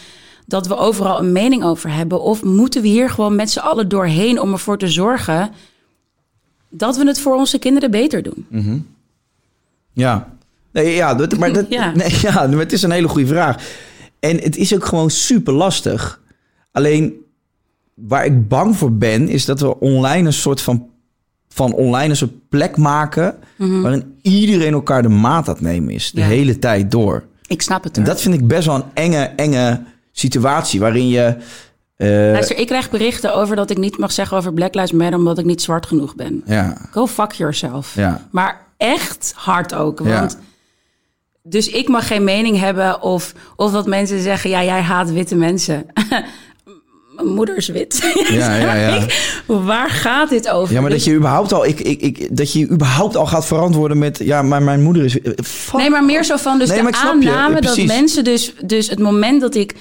dat we overal een mening over hebben? Of moeten we hier gewoon met z'n allen doorheen om ervoor te zorgen dat we het voor onze kinderen beter doen? Mm-hmm. Ja. Nee, maar het is een hele goede vraag. En het is ook gewoon super lastig. Alleen waar ik bang voor ben, is dat we online een soort van online een soort plek maken waarin iedereen elkaar de maat aan het nemen is. De hele tijd door. Ik snap het. En dat vind ik best wel een enge situatie waarin je... Luister, ik krijg berichten over dat ik niet mag zeggen over Black Lives Matter omdat ik niet zwart genoeg ben. Ja. Go fuck yourself. Ja. Maar echt hard ook. Want dus ik mag geen mening hebben of dat mensen zeggen, ja, jij haat witte mensen. Mijn moeder is wit. Ja. Waar gaat dit over? Ja, maar dat je überhaupt al gaat verantwoorden met... Ja, maar mijn moeder is... Nee, maar meer zo van de aanname dat mensen dus het moment dat ik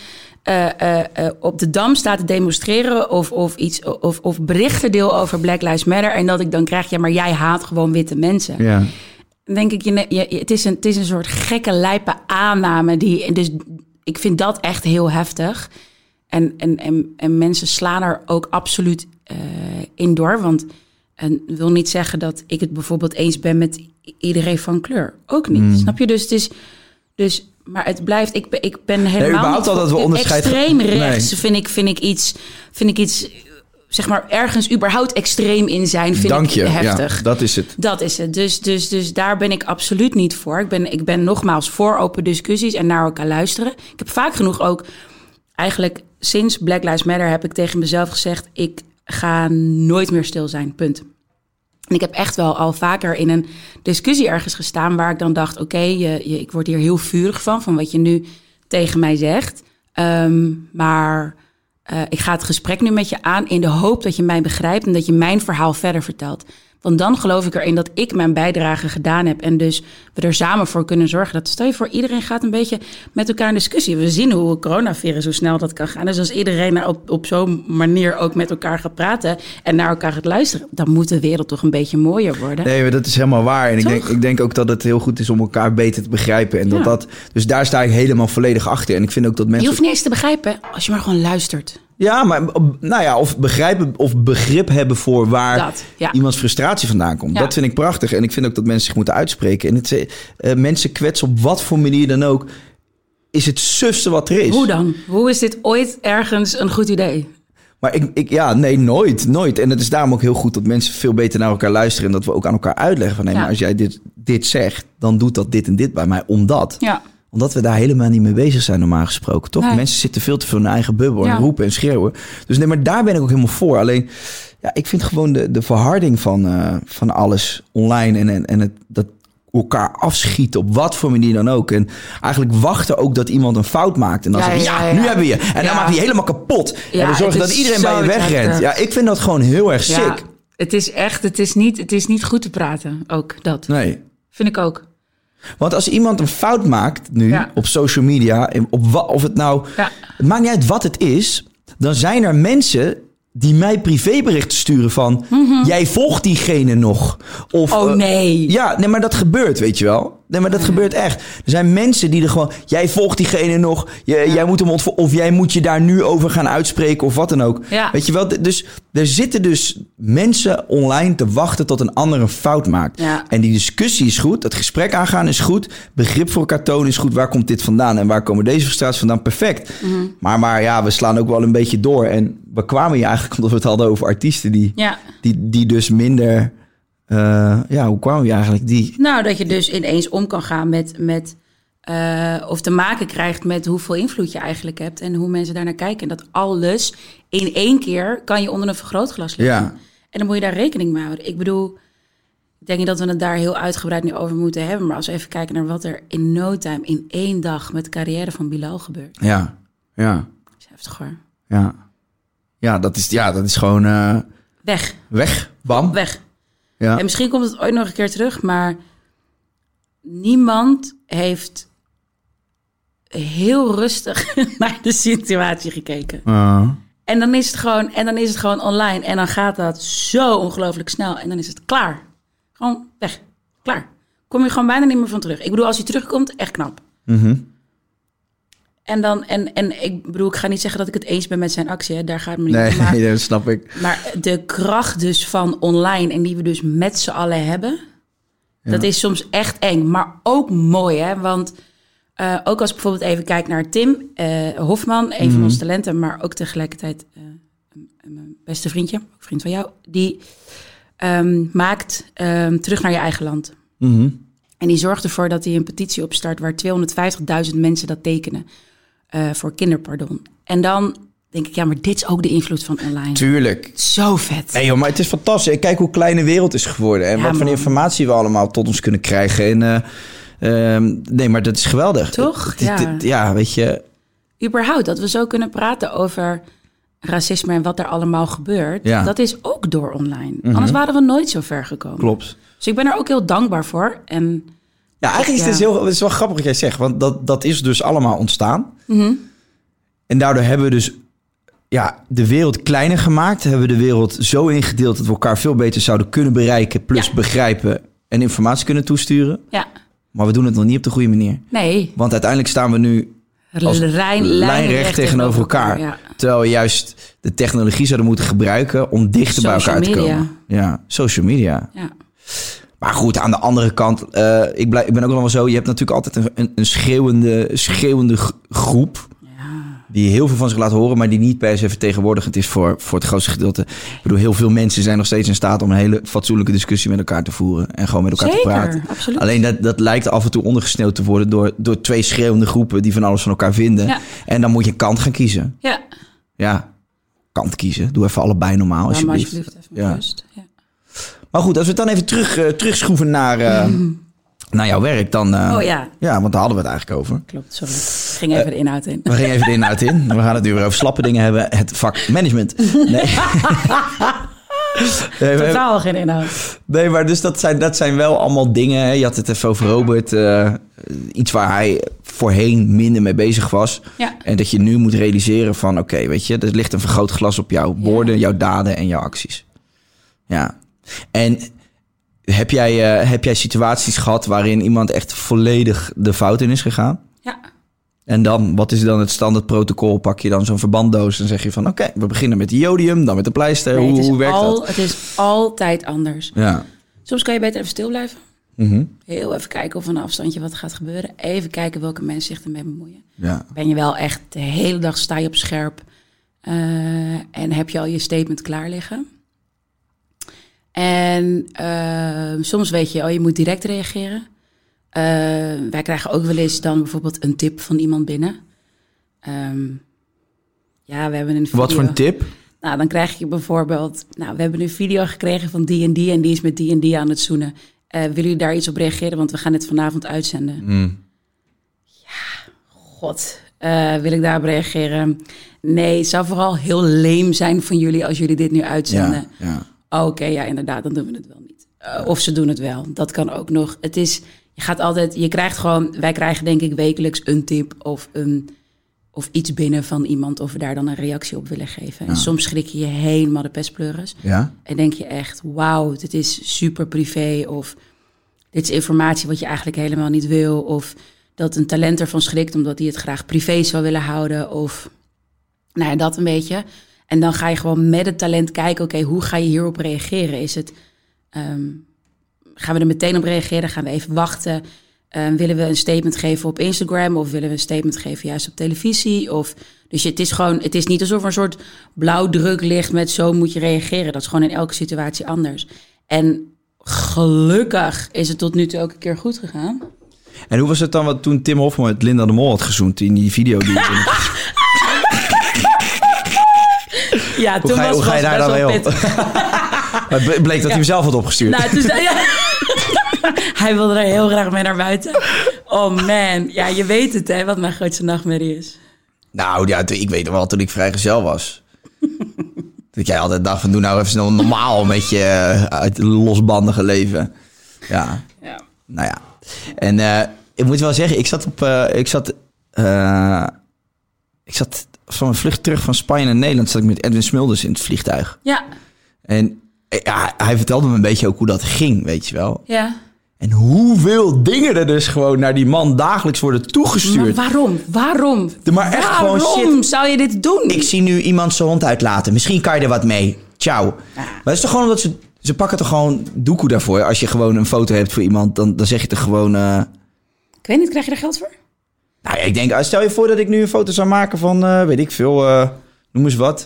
op de Dam sta te demonstreren of berichten deel over Black Lives Matter en dat ik dan krijg, ja, maar jij haat gewoon witte mensen. Ja. Dan denk ik, het is een soort gekke lijpe aanname dus ik vind dat echt heel heftig. En mensen slaan er ook absoluut in door. Want wil niet zeggen dat ik het bijvoorbeeld eens ben met iedereen van kleur. Ook niet. Snap je? Dus het is... maar het blijft... Ik ben helemaal niet... al dat we onderscheid... Extreem rechts vind ik iets... Zeg maar ergens überhaupt extreem in zijn, vind ik heftig. Ja, dat is het. Dat is het. Dus daar ben ik absoluut niet voor. Ik ben nogmaals voor open discussies en naar elkaar luisteren. Ik heb vaak genoeg ook... Eigenlijk sinds Black Lives Matter heb ik tegen mezelf gezegd... ik ga nooit meer stil zijn, punt. En ik heb echt wel al vaker in een discussie ergens gestaan... waar ik dan dacht, oké, ik word hier heel vurig van wat je nu tegen mij zegt. Maar ik ga het gesprek nu met je aan in de hoop dat je mij begrijpt... en dat je mijn verhaal verder vertelt. Want dan geloof ik erin dat ik mijn bijdrage gedaan heb... en dus we er samen voor kunnen zorgen. Dat stel je voor, iedereen gaat een beetje met elkaar in discussie. We zien hoe coronavirus, hoe snel dat kan gaan. Dus als iedereen op zo'n manier ook met elkaar gaat praten... en naar elkaar gaat luisteren... dan moet de wereld toch een beetje mooier worden. Nee, maar dat is helemaal waar. En ik denk ook dat het heel goed is om elkaar beter te begrijpen. En dus daar sta ik helemaal volledig achter. En ik vind ook dat mensen... Je hoeft niet eens te begrijpen als je maar gewoon luistert. Ja, maar of begrijpen of begrip hebben voor waar iemands frustratie vandaan komt. Ja. Dat vind ik prachtig. En ik vind ook dat mensen zich moeten uitspreken. En mensen kwetsen op wat voor manier dan ook is het sufste wat er is. Hoe dan? Hoe is dit ooit ergens een goed idee? Maar nooit. En het is daarom ook heel goed dat mensen veel beter naar elkaar luisteren... en dat we ook aan elkaar uitleggen van... nee, maar als jij dit zegt, dan doet dat dit en dit bij mij, omdat... Ja. Omdat we daar helemaal niet mee bezig zijn normaal gesproken, toch? Nee. Mensen zitten veel te veel in hun eigen bubbel en roepen en schreeuwen. Dus nee, maar daar ben ik ook helemaal voor. Alleen, ik vind gewoon de verharding van alles online... en dat elkaar afschieten op wat voor manier dan ook. En eigenlijk wachten ook dat iemand een fout maakt. En dan zeggen nu hebben we je. En dan maak je helemaal kapot. En dan zorgen dat iedereen bij je wegrent. Ja, ik vind dat gewoon heel erg sick. Het is echt, het is niet goed te praten, ook dat. Nee. Vind ik ook. Want als iemand een fout maakt nu op social media... of het nou... Ja. Het maakt niet uit wat het is... dan zijn er mensen die mij privéberichten sturen van... jij volgt diegene nog. Of, nee. Nee, maar dat gebeurt, weet je wel. Nee, maar dat gebeurt echt. Er zijn mensen die er gewoon... jij volgt diegene nog. Jij moet hem ontvolgen. Of jij moet je daar nu over gaan uitspreken. Of wat dan ook. Ja. Weet je wel. Dus er zitten dus mensen online te wachten tot een ander een fout maakt. Ja. En die discussie is goed. Het gesprek aangaan is goed. Begrip voor elkaar tonen is goed. Waar komt dit vandaan? En waar komen deze frustraties vandaan? Perfect. Maar we slaan ook wel een beetje door. En we kwamen hier eigenlijk omdat we het hadden over artiesten die dus minder... hoe kwamen we eigenlijk? Nou, dat je dus ineens om kan gaan met of te maken krijgt met hoeveel invloed je eigenlijk hebt en hoe mensen daarnaar kijken. En dat alles in één keer kan je onder een vergrootglas leggen. Ja. En dan moet je daar rekening mee houden. Ik bedoel, ik denk niet dat we het daar heel uitgebreid nu over moeten hebben. Maar als we even kijken naar wat er in no time, in 1 dag met de carrière van Bilal gebeurt. Ja. Dat is heftig hoor. Ja, dat is gewoon... Weg. Bam. Weg. Ja. En misschien komt het ooit nog een keer terug, maar niemand heeft heel rustig naar de situatie gekeken. En dan is het gewoon online en dan gaat dat zo ongelooflijk snel en dan is het klaar. Gewoon weg. Klaar. Kom je gewoon bijna niet meer van terug. Ik bedoel, als hij terugkomt, echt knap. En ik bedoel, ik ga niet zeggen dat ik het eens ben met zijn actie. Hè. Daar gaat het me niet om. Nee, dat snap ik. Maar de kracht dus van online en die we dus met z'n allen hebben... Ja. Dat is soms echt eng, maar ook mooi, hè? Want ook als ik bijvoorbeeld even kijk naar Tim Hofman... een van onze talenten, maar ook tegelijkertijd mijn beste vriendje... vriend van jou, die maakt Terug naar je eigen land. Mm-hmm. En die zorgt ervoor dat hij een petitie opstart... waar 250.000 mensen dat tekenen voor kinderpardon. En dan denk ik, ja, maar dit is ook de invloed van online. Tuurlijk. Zo vet. Nee joh, maar het is fantastisch. Kijk hoe klein de wereld is geworden. En wat voor informatie we allemaal tot ons kunnen krijgen. En, nee, maar dat is geweldig. Toch? Ja, weet je. Überhaupt, dat we zo kunnen praten over racisme en wat er allemaal gebeurt. Ja. Dat is ook door online. Mm-hmm. Anders waren we nooit zo ver gekomen. Klopt. Dus ik ben er ook heel dankbaar voor. En ja, eigenlijk is het is wel grappig wat jij zegt. Want dat is dus allemaal ontstaan. Mm-hmm. En daardoor hebben we dus de wereld kleiner gemaakt. Hebben we de wereld zo ingedeeld dat we elkaar veel beter zouden kunnen bereiken. Plus begrijpen en informatie kunnen toesturen. Ja. Maar we doen het nog niet op de goede manier. Nee. Want uiteindelijk staan we nu als lijnrecht tegenover elkaar. Ja. Terwijl we juist de technologie zouden moeten gebruiken om dichter bij elkaar te komen. Ja, social media. Ja. Maar goed, aan de andere kant, ik ben ook nog wel zo... Je hebt natuurlijk altijd een schreeuwende groep... die heel veel van zich laat horen... maar die niet per se vertegenwoordigend is voor het grootste gedeelte. Ik bedoel, heel veel mensen zijn nog steeds in staat... om een hele fatsoenlijke discussie met elkaar te voeren... en gewoon met elkaar te praten. Absoluut. Alleen dat lijkt af en toe ondergesneeuwd te worden... door twee schreeuwende groepen die van alles van elkaar vinden. Ja. En dan moet je kant gaan kiezen. Ja, kant kiezen. Doe even allebei normaal, alsjeblieft. Maar alsjeblieft even rust. Ja. Maar goed, als we het dan even terugschroeven naar jouw werk, dan... Ja, want daar hadden we het eigenlijk over. Klopt, sorry. We gingen even de inhoud in. We gingen even de inhoud in. We gaan het nu weer over slappe dingen hebben. Het vak management. Nee. Totaal geen inhoud. Nee, maar dus dat zijn wel allemaal dingen. Hè. Je had het even over Robert. Iets waar hij voorheen minder mee bezig was. Ja. En dat je nu moet realiseren van... Oké, weet je, er ligt een vergrootglas op jouw woorden, jouw daden en jouw acties. Ja. En heb jij situaties gehad waarin iemand echt volledig de fout in is gegaan? Ja. En dan, wat is dan het standaard protocol? Pak je dan zo'n verbanddoos en zeg je van... Oké, we beginnen met de jodium, dan met de pleister. Nee, hoe werkt dat? Het is altijd anders. Ja. Soms kan je beter even stil blijven. Mm-hmm. Heel even kijken of van een afstandje wat gaat gebeuren. Even kijken welke mensen zich ermee bemoeien. Ja. Ben je wel echt de hele dag sta je op scherp... en heb je al je statement klaar liggen... En soms weet je, je moet direct reageren. Wij krijgen ook wel eens dan bijvoorbeeld een tip van iemand binnen. We hebben een video. Wat voor een tip? Nou, dan krijg je bijvoorbeeld... Nou, we hebben een video gekregen van die en die is met die en die aan het zoenen. Willen jullie daar iets op reageren? Want we gaan het vanavond uitzenden. Ja, god. Wil ik daarop reageren? Nee, het zou vooral heel lame zijn van jullie als jullie dit nu uitzenden. Ja. Oké, inderdaad, dan doen we het wel niet. Of ze doen het wel, dat kan ook nog. Het is, wij krijgen denk ik wekelijks een tip of iets binnen van iemand... of we daar dan een reactie op willen geven. Ja. En soms schrik je helemaal de pestpleuris. Ja. En denk je echt, wauw, dit is super privé... of dit is informatie wat je eigenlijk helemaal niet wil... of dat een talent ervan schrikt omdat hij het graag privé zou willen houden... of dat een beetje... En dan ga je gewoon met het talent kijken... oké, hoe ga je hierop reageren? Is het, gaan we er meteen op reageren? Gaan we even wachten? Willen we een statement geven op Instagram? Of willen we een statement geven juist op televisie? Dus het is niet alsof er een soort blauwdruk ligt... met zo moet je reageren. Dat is gewoon in elke situatie anders. En gelukkig is het tot nu toe ook een keer goed gegaan. En hoe was het dan toen Tim Hofman met Linda de Mol had gezoend... in die video die... Ja, hoe ga je daar dan mee op? Maar bleek dat hij hem zelf had opgestuurd. Nou, hij wilde er heel graag mee naar buiten. Oh man, ja, je weet het hè, wat mijn grootste nachtmerrie is. Nou ja, ik weet wel toen ik vrijgezel was. Dat jij altijd dacht van doe nou even normaal met je uit losbandige leven. Ja. Nou ja. En ik moet wel zeggen, ik zat van een vlucht terug van Spanje naar Nederland... zat ik met Edwin Smulders in het vliegtuig. Ja. En hij vertelde me een beetje ook hoe dat ging, weet je wel. Ja. En hoeveel dingen er dus gewoon naar die man dagelijks worden toegestuurd. Maar waarom? Maar echt gewoon shit. Waarom zou je dit doen? Ik zie nu iemand zijn hond uitlaten. Misschien kan je er wat mee. Ciao. Ja. Maar het is toch gewoon omdat ze pakken toch gewoon doekoe daarvoor. Als je gewoon een foto hebt voor iemand, dan zeg je toch gewoon... Ik weet niet, krijg je er geld voor? Nou ja, ik denk, stel je voor dat ik nu een foto zou maken van, weet ik veel, noem eens wat.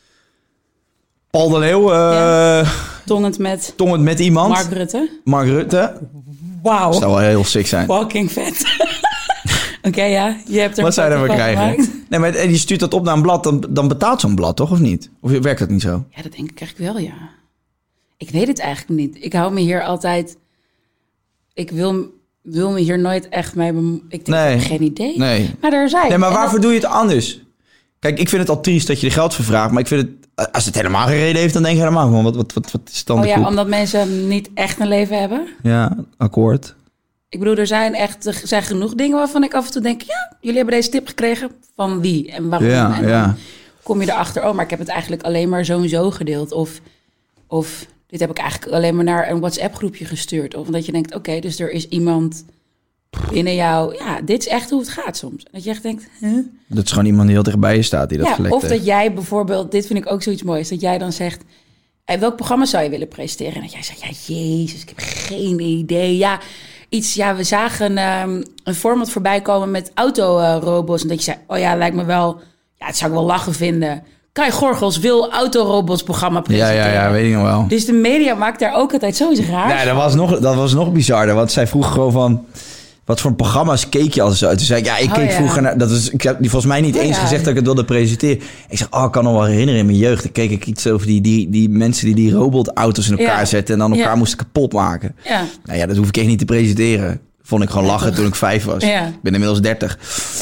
Paul de Leeuw. Tongend met iemand. Mark Rutte. Wauw. Dat zou wel heel sick zijn. Fucking vet. Oké, ja. Je hebt er wat zou je daarvoor krijgen? Gemaakt. Nee, maar je stuurt dat op naar een blad, dan betaalt zo'n blad, toch? Of niet? Of werkt dat niet zo? Ja, dat denk ik eigenlijk wel, ja. Ik weet het eigenlijk niet. Ik hou me hier altijd... Ik wil me hier nooit echt mee... Ik heb geen idee. Nee. Maar daar zijn... Nee, maar waarvoor doe je het anders? Kijk, ik vind het al triest dat je er geld voor vraagt. Maar ik vind het... Als het helemaal geen reden heeft, dan denk je helemaal gewoon... Wat is het dan de koek? Ja, omdat mensen niet echt een leven hebben? Ja, akkoord. Ik bedoel, er zijn genoeg dingen waarvan ik af en toe denk... Ja, jullie hebben deze tip gekregen. Van wie en waarom? Ja, en dan kom je erachter... Oh, maar ik heb het eigenlijk alleen maar zo en zo gedeeld. Of dit heb ik eigenlijk alleen maar naar een WhatsApp-groepje gestuurd. Of dat je denkt, oké, dus er is iemand binnen jou... Ja, dit is echt hoe het gaat soms. Dat je echt denkt... Huh? Dat is gewoon iemand die heel dichtbij je staat die dat gelekt of heeft. dat jij bijvoorbeeld... Dit vind ik ook zoiets moois. Dat jij dan zegt... welk programma zou je willen presenteren? En dat jij zegt, ja, jezus, ik heb geen idee. Ja, we zagen een format voorbij komen met autorobots. En dat je zei, oh ja, lijkt me wel... Ja, het zou ik wel lachen vinden... Kai Gorgels wil autorobots programma presenteren. Ja, weet ik nog wel. Dus de media maakt daar ook altijd zoiets raar. Nee, dat was nog bizarder. Want zij vroeg gewoon van... Wat voor programma's keek je altijd zo uit? Toen zei ik, ik keek vroeger naar... Ik heb volgens mij niet eens gezegd dat ik het wilde presenteren. Ik zeg, ik kan nog wel herinneren in mijn jeugd. Dan keek ik iets over die mensen die robotauto's in elkaar zetten... en dan elkaar moesten kapot maken. Ja. Nou ja, dat hoef ik echt niet te presenteren. Vond ik gewoon lachen toen ik 5 was. Ja. Ik ben inmiddels 30.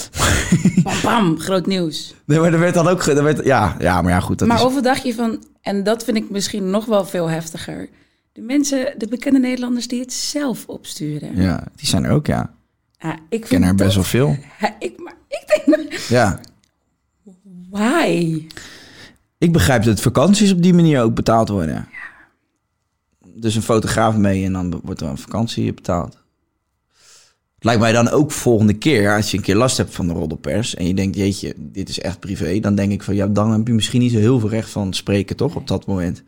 Bam, groot nieuws. Nee, maar er werd dan ook... maar ja, goed. Maar of dacht je van... En dat vind ik misschien nog wel veel heftiger. De bekende Nederlanders die het zelf opsturen. Ja, die zijn er ook, ja. Ik ken er best wel veel. Ik denk... Ja. Why? Ik begrijp dat vakanties op die manier ook betaald worden. Ja. Dus een fotograaf mee en dan wordt er een vakantie betaald. Het lijkt mij dan ook volgende keer, als je een keer last hebt van de roddelpers... en je denkt, jeetje, dit is echt privé... dan denk ik van, ja, dan heb je misschien niet zo heel veel recht van spreken, toch, op dat moment?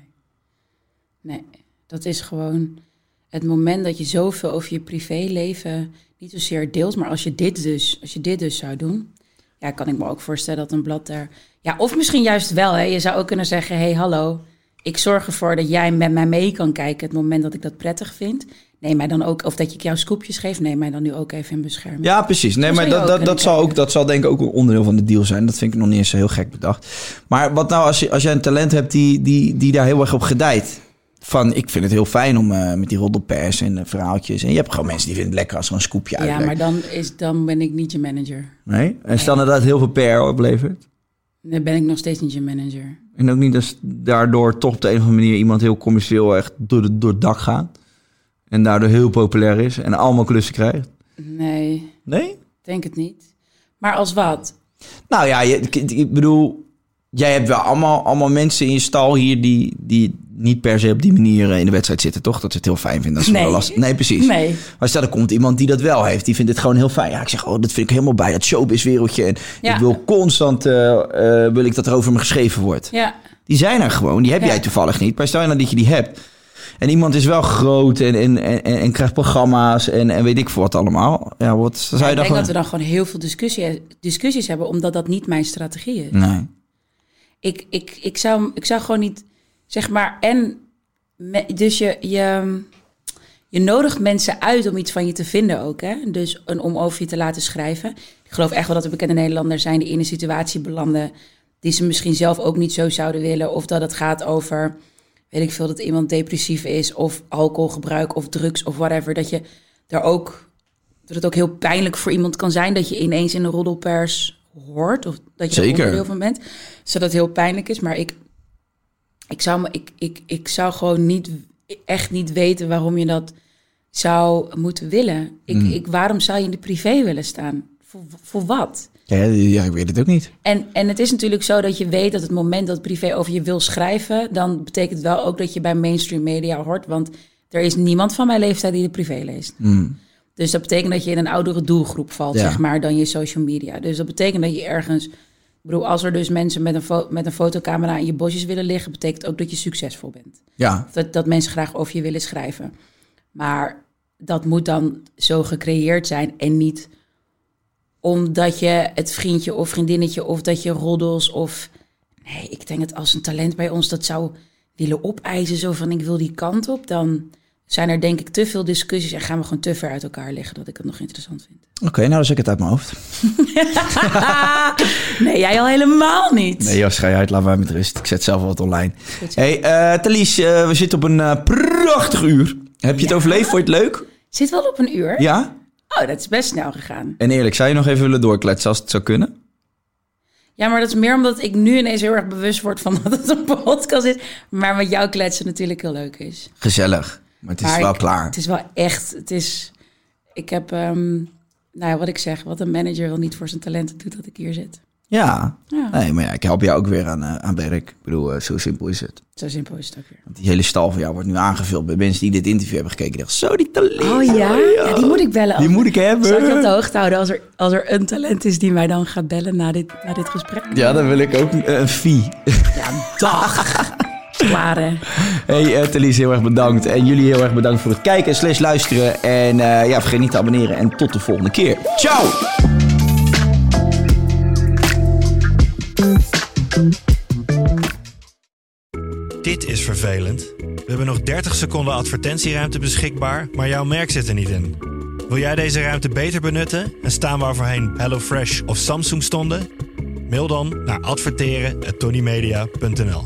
Nee, dat is gewoon het moment dat je zoveel over je privéleven... niet zozeer deelt, maar als je dit dus zou doen... ja, kan ik me ook voorstellen dat een blad daar... Ja, of misschien juist wel, hè. Je zou ook kunnen zeggen, hey, hallo... ik zorg ervoor dat jij met mij mee kan kijken... het moment dat ik dat prettig vind... Neem mij dan ook, of dat ik jou scoopjes geef, neem mij dan nu ook even in bescherming. Ja, precies. Nee, maar dat zal denk ik ook een onderdeel van de deal zijn. Dat vind ik nog niet eens zo heel gek bedacht. Maar wat nou als jij een talent hebt die daar heel erg op gedijt? Van, ik vind het heel fijn om met die roddelpers en verhaaltjes. En je hebt gewoon mensen die vinden het lekker als er een scoopje uitlegt. Ja, maar dan ben ik niet je manager. Nee? En stel dat het heel veel PR oplevert? Dan ben ik nog steeds niet je manager. En ook niet dat daardoor toch op de een of andere manier iemand heel commercieel echt door het dak gaat? En daardoor heel populair is en allemaal klussen krijgt? Nee. Nee? Denk het niet. Maar als wat? Nou ja, ik bedoel... Jij hebt wel allemaal mensen in je stal hier die niet per se op die manier in de wedstrijd zitten, toch? Dat ze het heel fijn vinden. Dat is wel lastig. Nee, precies. Nee. Maar stel, er komt iemand die dat wel heeft. Die vindt het gewoon heel fijn. Ja, ik zeg, dat vind ik helemaal bij. Dat showbiz-wereldje. En ik wil constant wil ik dat er over me geschreven wordt. Ja. Die zijn er gewoon. Die heb jij toevallig niet. Maar stel je nou dat je die hebt. En iemand is wel groot en krijgt programma's en weet ik veel wat allemaal. Ja, wat zou je dan? Ik denk dat we dan gewoon heel veel discussies hebben, omdat dat niet mijn strategie is. Nee. Ik zou gewoon niet, zeg maar, dus je nodigt mensen uit om iets van je te vinden ook, hè? Dus om over je te laten schrijven. Ik geloof echt wel dat er bekende Nederlanders zijn die in een situatie belanden die ze misschien zelf ook niet zo zouden willen, of dat het gaat over, weet ik veel, dat iemand depressief is of alcoholgebruik of drugs of whatever, dat het ook heel pijnlijk voor iemand kan zijn dat je ineens in een roddelpers hoort of dat je er onderdeel van bent, zodat het heel pijnlijk is. Maar ik zou gewoon echt niet weten waarom je dat zou moeten willen. Waarom zou je in de privé willen staan? Voor wat? Ja, ik weet het ook niet. En het is natuurlijk zo dat je weet dat het moment dat privé over je wil schrijven, dan betekent het wel ook dat je bij mainstream media hoort. Want Er is niemand van mijn leeftijd die de privé leest. Dus dat betekent dat je in een oudere doelgroep valt, zeg maar, dan je social media. Dus dat betekent dat je ergens... Ik bedoel, als er dus mensen met een fotocamera in je bosjes willen liggen, betekent ook dat je succesvol bent. Ja. Dat mensen graag over je willen schrijven. Maar dat moet dan zo gecreëerd zijn en niet omdat je het vriendje of vriendinnetje of dat je roddels of... Nee, ik denk dat als een talent bij ons dat zou willen opeisen, zo van ik wil die kant op, dan zijn er denk ik te veel discussies en gaan we gewoon te ver uit elkaar liggen dat ik het nog interessant vind. Oké, nou dan zeg ik het uit mijn hoofd. Nee, jij al helemaal niet. Nee, Jas, ga je uit, laat mij met rust. Ik zet zelf wel wat online. Hey, Thalys, we zitten op een prachtig uur. Heb je het overleefd? Vond je het leuk? Zit wel op een uur. Ja? Oh, dat is best snel gegaan. En eerlijk, zou je nog even willen doorkletsen als het zou kunnen? Ja, maar dat is meer omdat ik nu ineens heel erg bewust word van dat het een podcast is. Maar met jou kletsen natuurlijk heel leuk is. Gezellig, maar het is wel klaar. Het is wel echt, ik heb, nou ja, wat ik zeg, wat een manager wel niet voor zijn talenten doet dat ik hier zit. Ja. Nee, maar ja, ik help jou ook weer aan werk. Ik bedoel, zo simpel is het. Zo simpel is het ook weer. Want die hele stal van jou wordt nu aangevuld bij mensen die dit interview hebben gekeken. Die dachten, zo die talent. Oh ja? Ja, die moet ik bellen. Die moet ik hebben. Zal ik je op de hoogte houden als er een talent is die mij dan gaat bellen na dit gesprek? Ja, dan wil ik ook een fee. Ja, dag. Klaar, hè? Hey, Thalys, heel erg bedankt. En jullie heel erg bedankt voor het kijken / luisteren. En vergeet niet te abonneren. En tot de volgende keer. Ciao! Dit is vervelend. We hebben nog 30 seconden advertentieruimte beschikbaar, maar jouw merk zit er niet in. Wil jij deze ruimte beter benutten en staan waar voorheen HelloFresh of Samsung stonden? Mail dan naar adverteren@tonymedia.nl.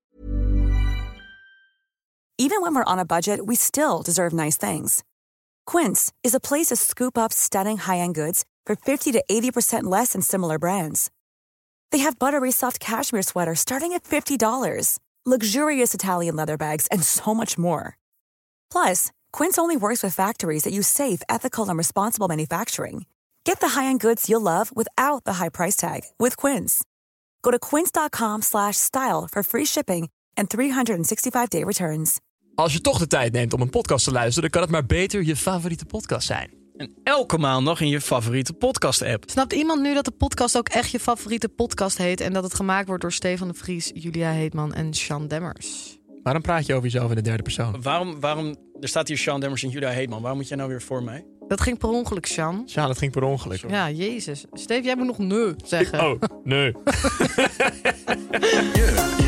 Even when we're on a budget, we still deserve nice things. Quince is a place to scoop up stunning high-end goods for 50 to 80% less than similar brands. They have buttery soft cashmere sweaters starting at $50, luxurious Italian leather bags, and so much more. Plus, Quince only works with factories that use safe, ethical, and responsible manufacturing. Get the high-end goods you'll love without the high price tag with Quince. Go to quince.com/style for free shipping and 365-day returns. Als je toch de tijd neemt om een podcast te luisteren, dan kan het maar beter je favoriete podcast zijn. En elke maandag in je favoriete podcast-app. Snapt iemand nu dat de podcast ook echt je favoriete podcast heet en dat het gemaakt wordt door Stefan de Vries, Julia Heetman en Sean Demmers? Waarom praat je over jezelf in de derde persoon? Waarom er staat hier Sean Demmers en Julia Heetman. Waarom moet jij nou weer voor mij? Dat ging per ongeluk, Sean. Ja, dat ging per ongeluk. Sorry. Ja, jezus. Steve, jij moet nog nee zeggen. Oh, nee.